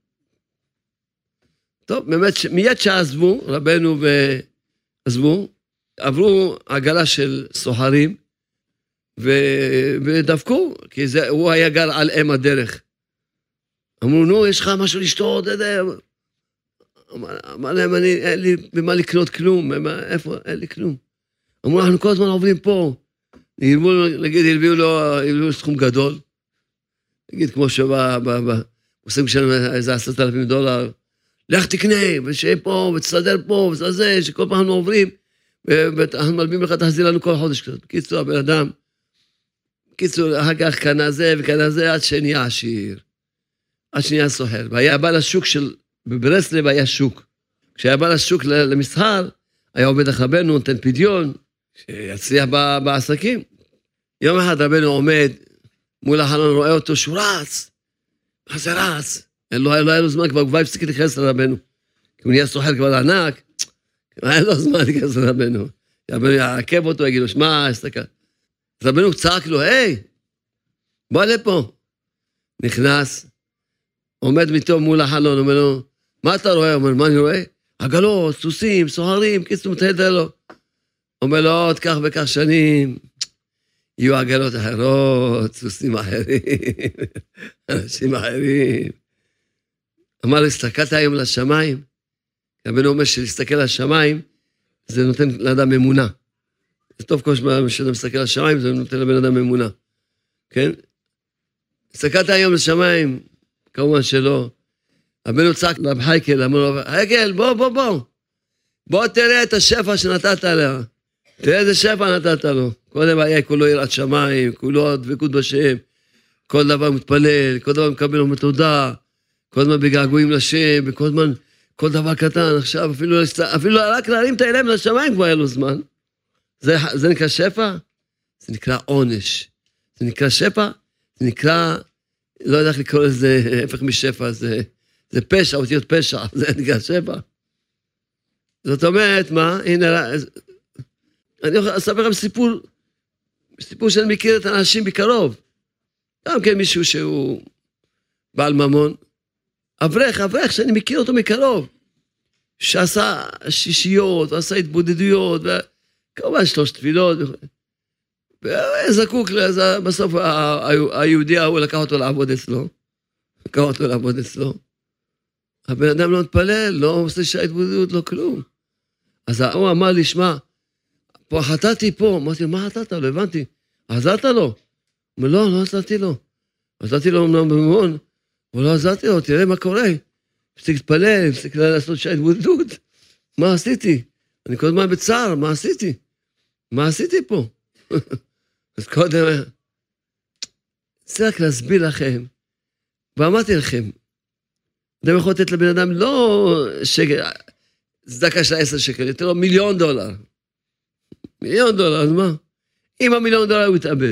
טוב, באמת, מיד שעזבו, רבנו ועזבו, עברו עגלה של סוחרים, ודפקו, כי הוא היה גר על אם הדרך. אמרו, נו, יש לך משהו לשתות, אמר להם, אין לי במה לקנות כלום, איפה? אין לי כלום. אמרו, אנחנו כל הזמן עוברים פה. נגיד, הביאו לו סכום גדול. נגיד, כמו עושים כשאנו איזה $10,000, לך תקנה, ושיהיה פה, ותסדר פה, ותסדר, שכל פעם אנחנו עוברים, ואנחנו מלבים לך, תחזיר לנו כל חודש כזאת. בקיצור, הבן אדם, אחר כך קנה זה וקנה זה, עד שנהיה עשיר. עד שנהיה סוחר. והיה בא לשוק בברסלב היה שוק. כשהיה בא לשוק למסחר, היה עובד לך רבנו, נותן פדיון, שיצליח בעסקים. יום אחד רבנו עומד, מול החלון רואה אותו שהוא רץ. מה זה רץ? לא היה לו זמן, כבר הפסיק להיכנס לרבנו. כי הוא נהיה סוחר כבר ענק, היה לו זמן להיכנס לרבנו. רבנו יעקב אותו, יגיד לו, שמע, הסתכל. רבנו צעק לו, היי, בוא לפה. נכנס, עומד מיתו מול החלון, אומר לו, מה אתה רואה? אומר, מה אני רואה? עגלות, סוסים, סוחרים, קיצור מתהד לו. אומר לו, עוד כך וכך שנים, יהיו עגלות אחרות, סוסים אחרים, אנשים אחרים. אמר לו, הסתכלת היום לשמיים? רבנו אומר שלהסתכל לשמיים, זה נותן לאדם אמונה. זה טוב כל שאתה מסתכל לשמיים, זה נותן לבן אדם אמונה. כן? הסתכלת היום לשמיים, כמובן שלא. רבנו צעק לרב חייקל, אמר לו, חייקל, בוא. בוא תראה את השפע שנתת עליה. תראה איזה שפע נתת לו. קודם היה כולו יראת שמיים, כולו דבקות בשם, כל דבר מתפלל, כל דבר מקבל לו תודה, כל הזמן בגעגועים לשם, וכל הזמן, כל דבר קטן, עכשיו אפילו רק להרים את העיניים לשמיים כבר היה לו זמן. זה נקרא שפע? זה נקרא עונש. זה נקרא שפע? זה נקרא, לא יודע איך לקרוא לזה, הפך משפע, זה פשע, אותיות פשע, זה נקרא שפע. זאת אומרת, מה? הנה, אני אספר לכם סיפור שאני מכיר את האנשים בקרוב. גם כן מישהו שהוא בעל ממון. אברך שאני מכיר אותו מקרוב. שעשה שישיות, ועשה התבודדויות, וכמובן 3 תפילות. וזקוק לזה, בסוף היהודי ההוא לקח אותו לעבוד אצלו. הבן אדם לא מתפלל, לא עושה שההתבודדות, לא כלום. אז הוא אמר לי, שמע, פה חטאתי פה, אמרתי, מה חטאת? לא הבנתי. עזרת לו? הוא אומר, לא עזרתי לו. עזרתי לו אמנם בממון, אבל לא עזרתי לו, תראה מה קורה. הפסיק להתפלל, הפסיק לעשות שההתבודדות. מה עשיתי? אני כל הזמן בצער, מה עשיתי? מה עשיתי פה? אז קודם, זה רק להסביר לכם, ואמרתי לכם, אתם יכולים לתת לבן אדם לא צדקה של 10 שקל, יותר לו $1,000,000. $1,000,000, אז מה? עם $1,000,000 הוא יתאבד.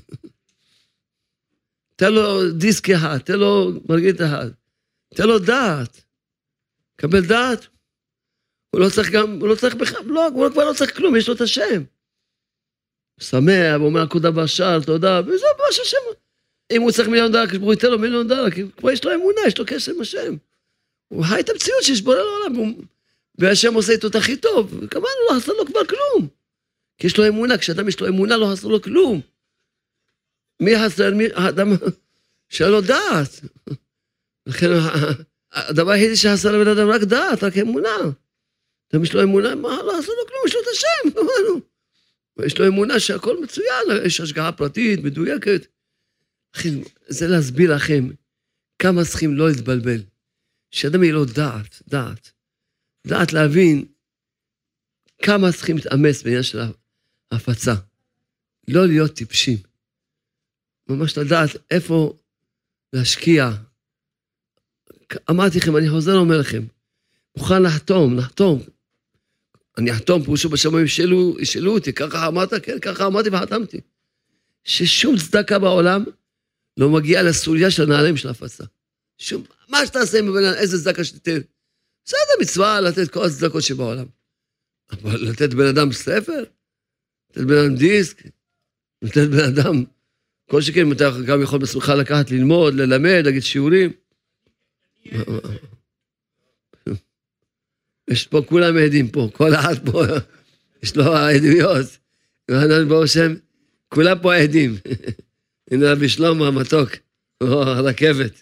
תן לו דיסק אחד, תן לו מרגלית אחד, תן לו דעת. קבל דעת. הוא לא צריך בכלל, הוא כבר לא צריך כלום, יש לו את השם. הוא שמח, הוא אומר, כל דבר שער, תודה, וזה ממש השם. אם הוא צריך $1,000,000, הוא ייתן לו $1,000,000, כי כבר יש לו אמונה, יש לו קשר עם השם. הוא חי את המציאות שיש בו לעולם, והשם עושה איתו את הכי טוב, וכמובן הוא לא עשה לו כבר כלום. כי יש לו אמונה, כשאדם יש לו אמונה, לא עשה לו כלום. מי חסר? האדם שאין לו דעת. לכן, הדבר היחידי שחסר לבן אדם רק דעת, רק אמונה. אדם יש לו אמונה, מה? לא עשה לו כלום, יש לו את השם, כמובן. ויש לו אמונה שהכל מצוין, יש השגחה פרטית, מדויקת. אחי, זה להסביר לכם כמה צריכים לא להתבלבל. שאדם יהיה לו דעת להבין כמה צריכים להתאמץ בעניין של ההפצה. לא להיות טיפשים. ממש לדעת איפה להשקיע. אמרתי לכם, אני חוזר ואומר לכם, מוכן לחתום. אני אחתום, פרושו בשמיים ישאלו אותי, ככה אמרת? כן, ככה אמרתי וחתמתי. ששום צדקה בעולם לא מגיעה לסוליה של הנעליים של ההפצה. מה שתעשה עם איזה צדקה שתתן? בסדר, מצווה לתת כל הצדקות שבעולם. אבל לתת בן אדם ספר? לתת בן אדם דיסק? לתת בן אדם, כל שכן, אתה גם יכול בשמחה לקחת, ללמוד, ללמד, להגיד שיעורים. יש פה כולם עדים פה, כל אחד פה, יש לו העדויות. ברוך השם, כולם פה עדים. הנה רבי שלמה המתוק, הרכבת,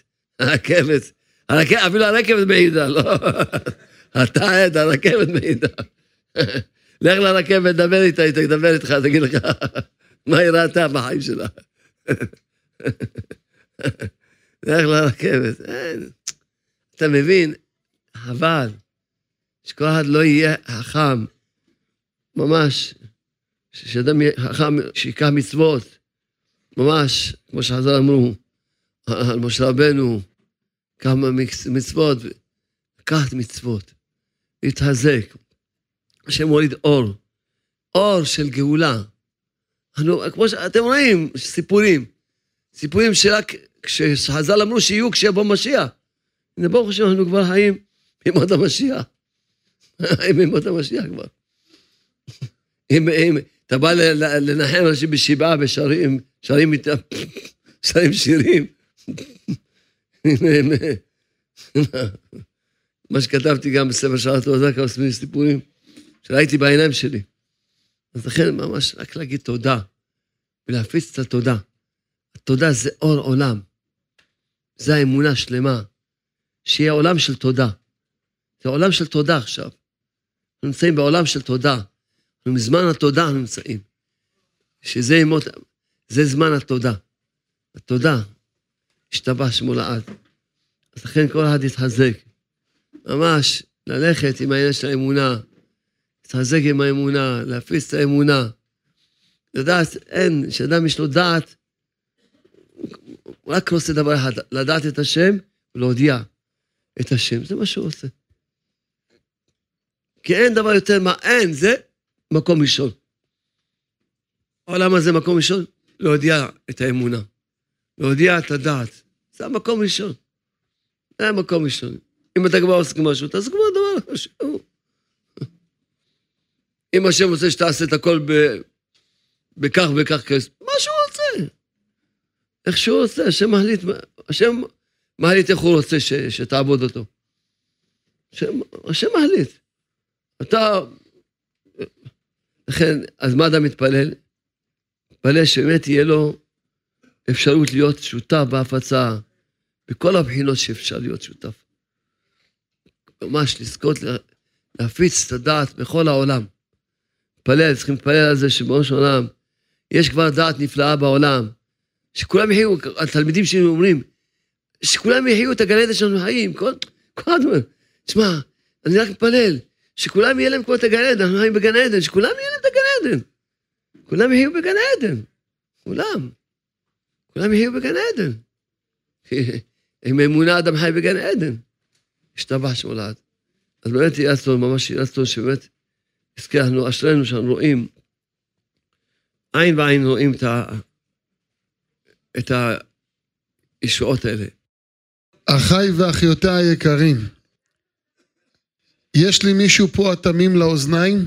אפילו הרכבת מעידה, לא, אתה עד, הרכבת מעידה. לך לרכבת, דבר איתה, היא תדבר איתך, תגיד לך, מה היא ראתה בחיים שלה? לך לרכבת. אתה מבין, אבל, שכל אחד לא יהיה חכם, ממש, שאדם יהיה חכם, שיקח מצוות, ממש, כמו שחז"ל אמרו, על משה רבנו, כמה מצוות, לקחת מצוות, להתחזק, השם מוריד אור, אור של גאולה. כמו שאתם רואים, סיפורים שרק כשחז"ל אמרו שיהיו כשיבוא משיח. הנה ברוך השם, אנחנו כבר חיים בימות המשיח. חיים בימות המשיח כבר. אם אתה בא לנחם אנשים בשבעה ושרים איתם, שרים שירים. מה שכתבתי גם בספר שער תעוזה, כמה סיפורים שראיתי בעיניים שלי. אז לכן ממש רק להגיד תודה, ולהפיץ את התודה. התודה זה אור עולם. זה האמונה שלמה. שיהיה עולם של תודה. זה עולם של תודה עכשיו. אנחנו נמצאים בעולם של תודה. אנחנו מזמן התודה אנחנו נמצאים. זה זמן התודה. התודה השתבח שמו לעד. אז לכן כל אחד יתחזק. ממש ללכת עם העניין של האמונה. להתחזק עם האמונה, להפיץ את האמונה. לדעת, אין, שאדם יש לו דעת, הוא רק רוצה דבר אחד, לדעת את השם ולהודיע את השם. זה מה שהוא עושה. כי אין דבר יותר מה, אין, זה מקום ראשון. העולם הזה מקום ראשון, להודיע את האמונה. להודיע את הדעת. זה המקום ראשון. זה המקום ראשון. אם אתה כבר עושה משהו, תעשה כבר דבר משהו. אם השם רוצה שתעשה את הכל בכך וכך כסף, מה שהוא רוצה. איך שהוא רוצה, השם מחליט איך הוא רוצה שתעבוד אותו. השם מחליט. אתה, לכן, אז מה אדם מתפלל? מתפלל שבאמת תהיה לו אפשרות להיות שותף בהפצה, בכל הבחינות שאפשר להיות שותף. ממש לזכות להפיץ את הדעת בכל העולם. צריכים להתפלל על זה שבראש העולם, יש כבר דעת נפלאה בעולם, שכולם יחיו, התלמידים שלי אומרים, שכולם יחיו את הגן עדן שאנחנו חיים, כל הדבר. תשמע, אני רק מתפלל, שכולם יהיה להם כמו את הגן עדן, אנחנו חיים בגן עדן, שכולם יהיה להם את הגן עדן. כולם יחיו בגן עדן. כולם יחיו בגן עדן. עם אמונה אדם חי בגן עדן. השתבח שמו לעד. אז באמת יהיה רצון, ממש יהיה רצון שבאמת, הזכרנו, אשרינו שאנחנו רואים, עין בעין רואים את הישועות האלה. אחיי ואחיותיי היקרים, יש לי מישהו פה אטמים לאוזניים?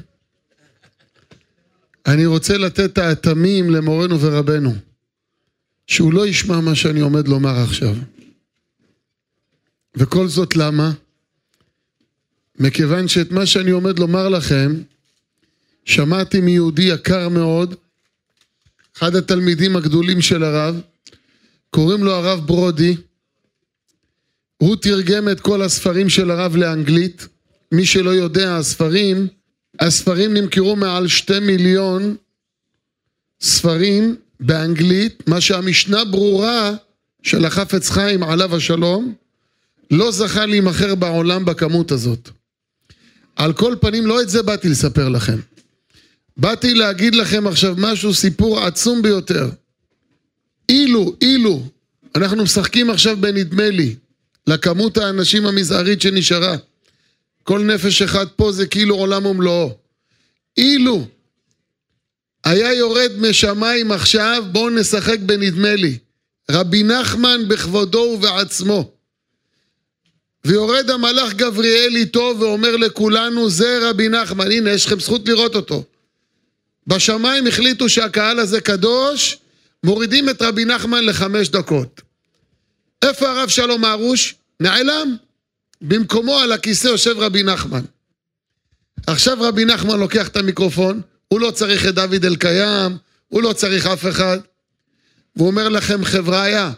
אני רוצה לתת את האטמים למורנו ורבנו, שהוא לא ישמע מה שאני עומד לומר עכשיו. וכל זאת למה? מכיוון שאת מה שאני עומד לומר לכם, שמעתי מיהודי יקר מאוד, אחד התלמידים הגדולים של הרב, קוראים לו הרב ברודי, הוא תרגם את כל הספרים של הרב לאנגלית, מי שלא יודע, הספרים נמכרו מעל 2 מיליון ספרים באנגלית, מה שהמשנה ברורה של החפץ חיים עליו השלום, לא זכה להימכר בעולם בכמות הזאת. על כל פנים, לא את זה באתי לספר לכם. באתי להגיד לכם עכשיו משהו, סיפור עצום ביותר. אילו, אנחנו משחקים עכשיו בנדמה לי, לכמות האנשים המזערית שנשארה. כל נפש אחד פה זה כאילו עולם ומלואו. אילו היה יורד משמיים עכשיו, בואו נשחק בנדמה לי. רבי נחמן בכבודו ובעצמו. ויורד המלאך גבריאל איתו ואומר לכולנו, זה רבי נחמן, הנה יש לכם זכות לראות אותו. בשמיים החליטו שהקהל הזה קדוש, מורידים את רבי נחמן ל5 דקות. איפה הרב שלום הרוש? נעלם. במקומו על הכיסא יושב רבי נחמן. עכשיו רבי נחמן לוקח את המיקרופון, הוא לא צריך את דוד אלקיים, הוא לא צריך אף אחד. והוא אומר לכם, חבריה,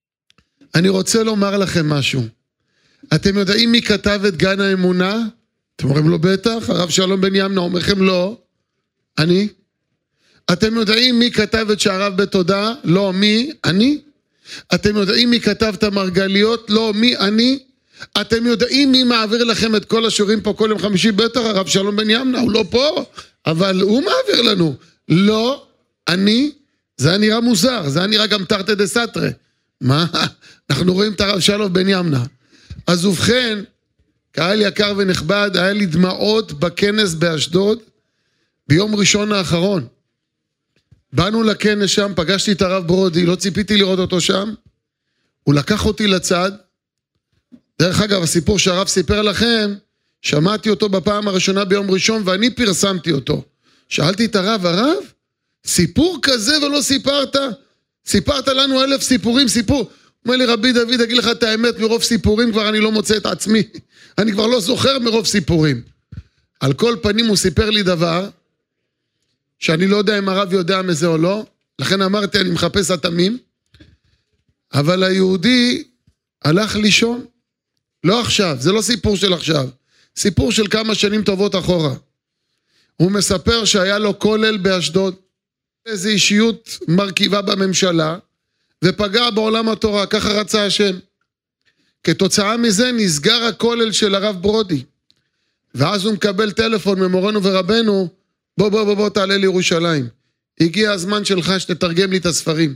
אני רוצה לומר לכם משהו. אתם יודעים מי כתב את גן האמונה? אתם אומרים לו בטח, הרב שלום בן ימנה אומר לכם לא, אני. אתם יודעים מי כתב את שעריו בתודה? לא, מי? אני. אתם יודעים מי כתב את המרגליות? לא, מי? אני. אתם יודעים מי מעביר לכם את כל השיעורים פה כל יום חמישי? בטח הרב שלום בן ימנה, הוא לא פה, אבל הוא מעביר לנו. לא, אני. זה היה נראה מוזר, זה היה נראה גם תרתי דסתרי. מה? אנחנו רואים את הרב שלום בן ימנה. אז ובכן, קהל יקר ונכבד, היה לי דמעות בכנס באשדוד, ביום ראשון האחרון. באנו לכנס שם, פגשתי את הרב ברודי, לא ציפיתי לראות אותו שם, הוא לקח אותי לצד, דרך אגב, הסיפור שהרב סיפר לכם, שמעתי אותו בפעם הראשונה ביום ראשון, ואני פרסמתי אותו. שאלתי את הרב, סיפור כזה ולא סיפרת? סיפרת לנו 1000 סיפורים, סיפור. הוא אומר לי, רבי דוד, אגיד לך את האמת, מרוב סיפורים כבר אני לא מוצא את עצמי. אני כבר לא זוכר מרוב סיפורים. על כל פנים הוא סיפר לי דבר, שאני לא יודע אם הרב יודע מזה או לא, לכן אמרתי, אני מחפש התמים, אבל היהודי הלך לישון, לא עכשיו, זה לא סיפור של עכשיו, סיפור של כמה שנים טובות אחורה. הוא מספר שהיה לו כולל באשדוד, איזו אישיות מרכיבה בממשלה, ופגע בעולם התורה, ככה רצה השם. כתוצאה מזה נסגר הכולל של הרב ברודי, ואז הוא מקבל טלפון ממורנו ורבנו, בוא תעלה לירושלים, הגיע הזמן שלך שתתרגם לי את הספרים.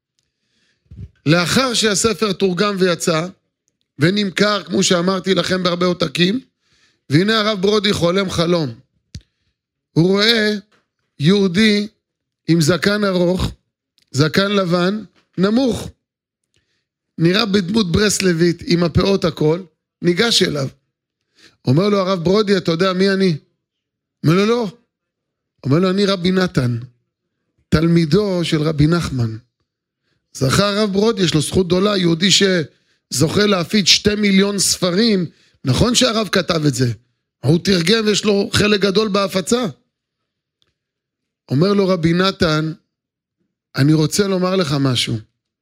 לאחר שהספר תורגם ויצא, ונמכר כמו שאמרתי לכם בהרבה עותקים, והנה הרב ברודי חולם חלום, הוא רואה יהודי עם זקן ארוך, זקן לבן, נמוך, נראה בדמות ברסלבית עם הפאות הכל, ניגש אליו, אומר לו הרב ברודי, אתה יודע מי אני? אומר לו לא, אומר לו אני רבי נתן, תלמידו של רבי נחמן. זכה הרב ברודי, יש לו זכות גדולה, יהודי שזוכה להפיץ 2 מיליון ספרים, נכון שהרב כתב את זה, הוא תרגם ויש לו חלק גדול בהפצה. אומר לו רבי נתן, אני רוצה לומר לך משהו,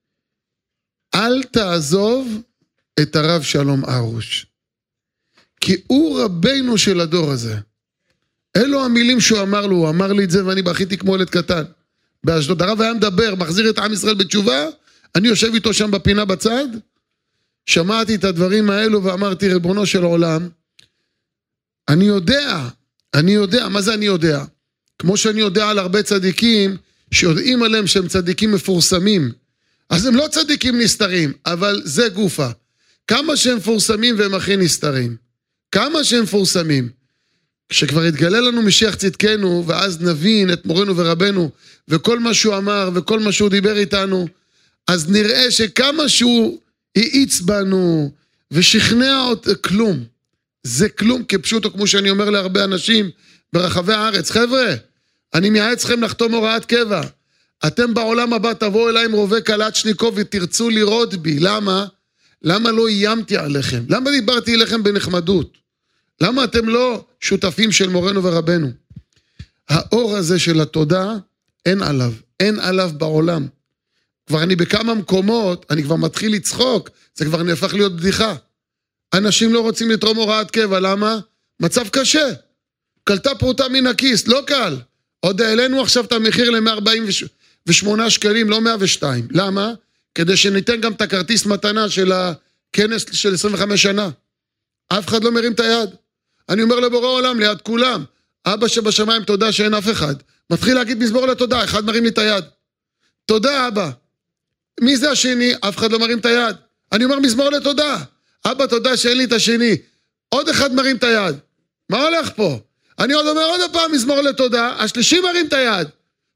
אל תעזוב את הרב שלום ארוש, כי הוא רבינו של הדור הזה. אלו המילים שהוא אמר לו, הוא אמר לי את זה ואני בכיתי כמו ילד קטן. באשדוד, הרב היה מדבר, מחזיר את עם ישראל בתשובה, אני יושב איתו שם בפינה בצד, שמעתי את הדברים האלו ואמרתי, ריבונו של עולם, אני יודע, מה זה אני יודע? כמו שאני יודע על הרבה צדיקים, שיודעים עליהם שהם צדיקים מפורסמים, אז הם לא צדיקים נסתרים, אבל זה גופה. כמה שהם מפורסמים והם הכי נסתרים. כמה שהם מפורסמים. כשכבר יתגלה לנו משיח צדקנו, ואז נבין את מורנו ורבנו, וכל מה שהוא אמר, וכל מה שהוא דיבר איתנו, אז נראה שכמה שהוא העיץ בנו, ושכנע אותנו, כלום. זה כלום כפשוטו, כמו שאני אומר להרבה אנשים, ברחבי הארץ. חבר'ה, אני מייעץ לכם לחתום הוראת קבע. אתם בעולם הבא תבואו אליי עם רובה קלצ'ניקוב, ותרצו לראות בי. למה? למה לא איימתי עליכם? למה דיברתי אליכם בנחמדות? למה אתם לא שותפים של מורנו ורבנו? האור הזה של התודה, אין עליו בעולם. כבר אני בכמה מקומות, אני כבר מתחיל לצחוק, זה כבר נהפך להיות בדיחה. אנשים לא רוצים לתרום הוראת קבע, למה? מצב קשה. קלטה פרוטה מן הכיס, לא קל. עוד העלינו עכשיו את המחיר ל-148 שקלים, לא 102. למה? כדי שניתן גם את הכרטיס מתנה של הכנס של 25 שנה. אף אחד לא מרים את היד. אני אומר לבורא עולם, ליד כולם, אבא שבשמיים תודה שאין אף אחד. מתחיל להגיד מזמור לתודה, אחד מרים לי את היד. תודה אבא. מי זה השני? אף אחד לא מרים את היד. אני אומר מזמור לתודה. אבא תודה שאין לי את השני. עוד אחד מרים את היד. מה הולך פה? אני עוד אומר עוד פעם מזמור לתודה, השלישי מרים את היד.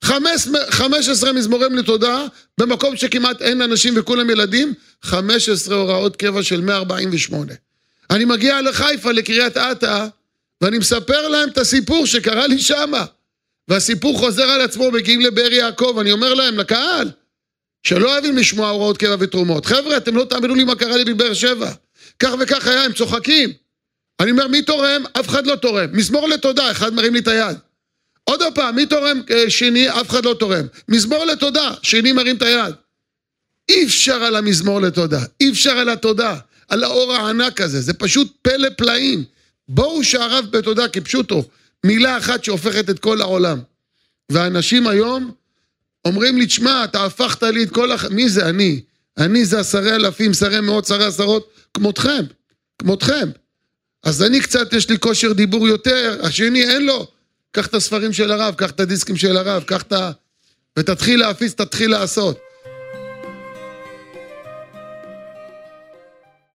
15 מזמורים לתודה, במקום שכמעט אין אנשים וכולם ילדים, 15 הוראות קבע של 148. אני מגיע לחיפה, לקריית אתא, ואני מספר להם את הסיפור שקרה לי שמה. והסיפור חוזר על עצמו, מגיעים לבאר יעקב, אני אומר להם, לקהל, שלא אוהבים לשמוע הוראות קבע ותרומות. חבר'ה, אתם לא תאמינו לי מה קרה לי בבאר שבע. כך וכך היה, הם צוחקים. אני אומר, מי תורם? אף אחד לא תורם. מזמור לתודה, אחד מרים לי את היד. עוד פעם, מי תורם שני? אף אחד לא תורם. מזמור לתודה, שני מרים את היד. אי אפשר על המזמור לתודה, אי אפשר על התודה, על האור הענק הזה, זה פשוט פלא פלאים. בואו שעריו בתודה, כפשוטו, מילה אחת שהופכת את כל העולם. והאנשים היום אומרים לי, תשמע, אתה הפכת לי את כל מי זה אני? אני זה 10,000, שרי מאות, שרי עשרות, כמותכם, כמותכם. אז אני קצת, יש לי כושר דיבור יותר, השני אין לו. קח את הספרים של הרב, קח את הדיסקים של הרב, קח את ותתחיל להפיץ, תתחיל לעשות.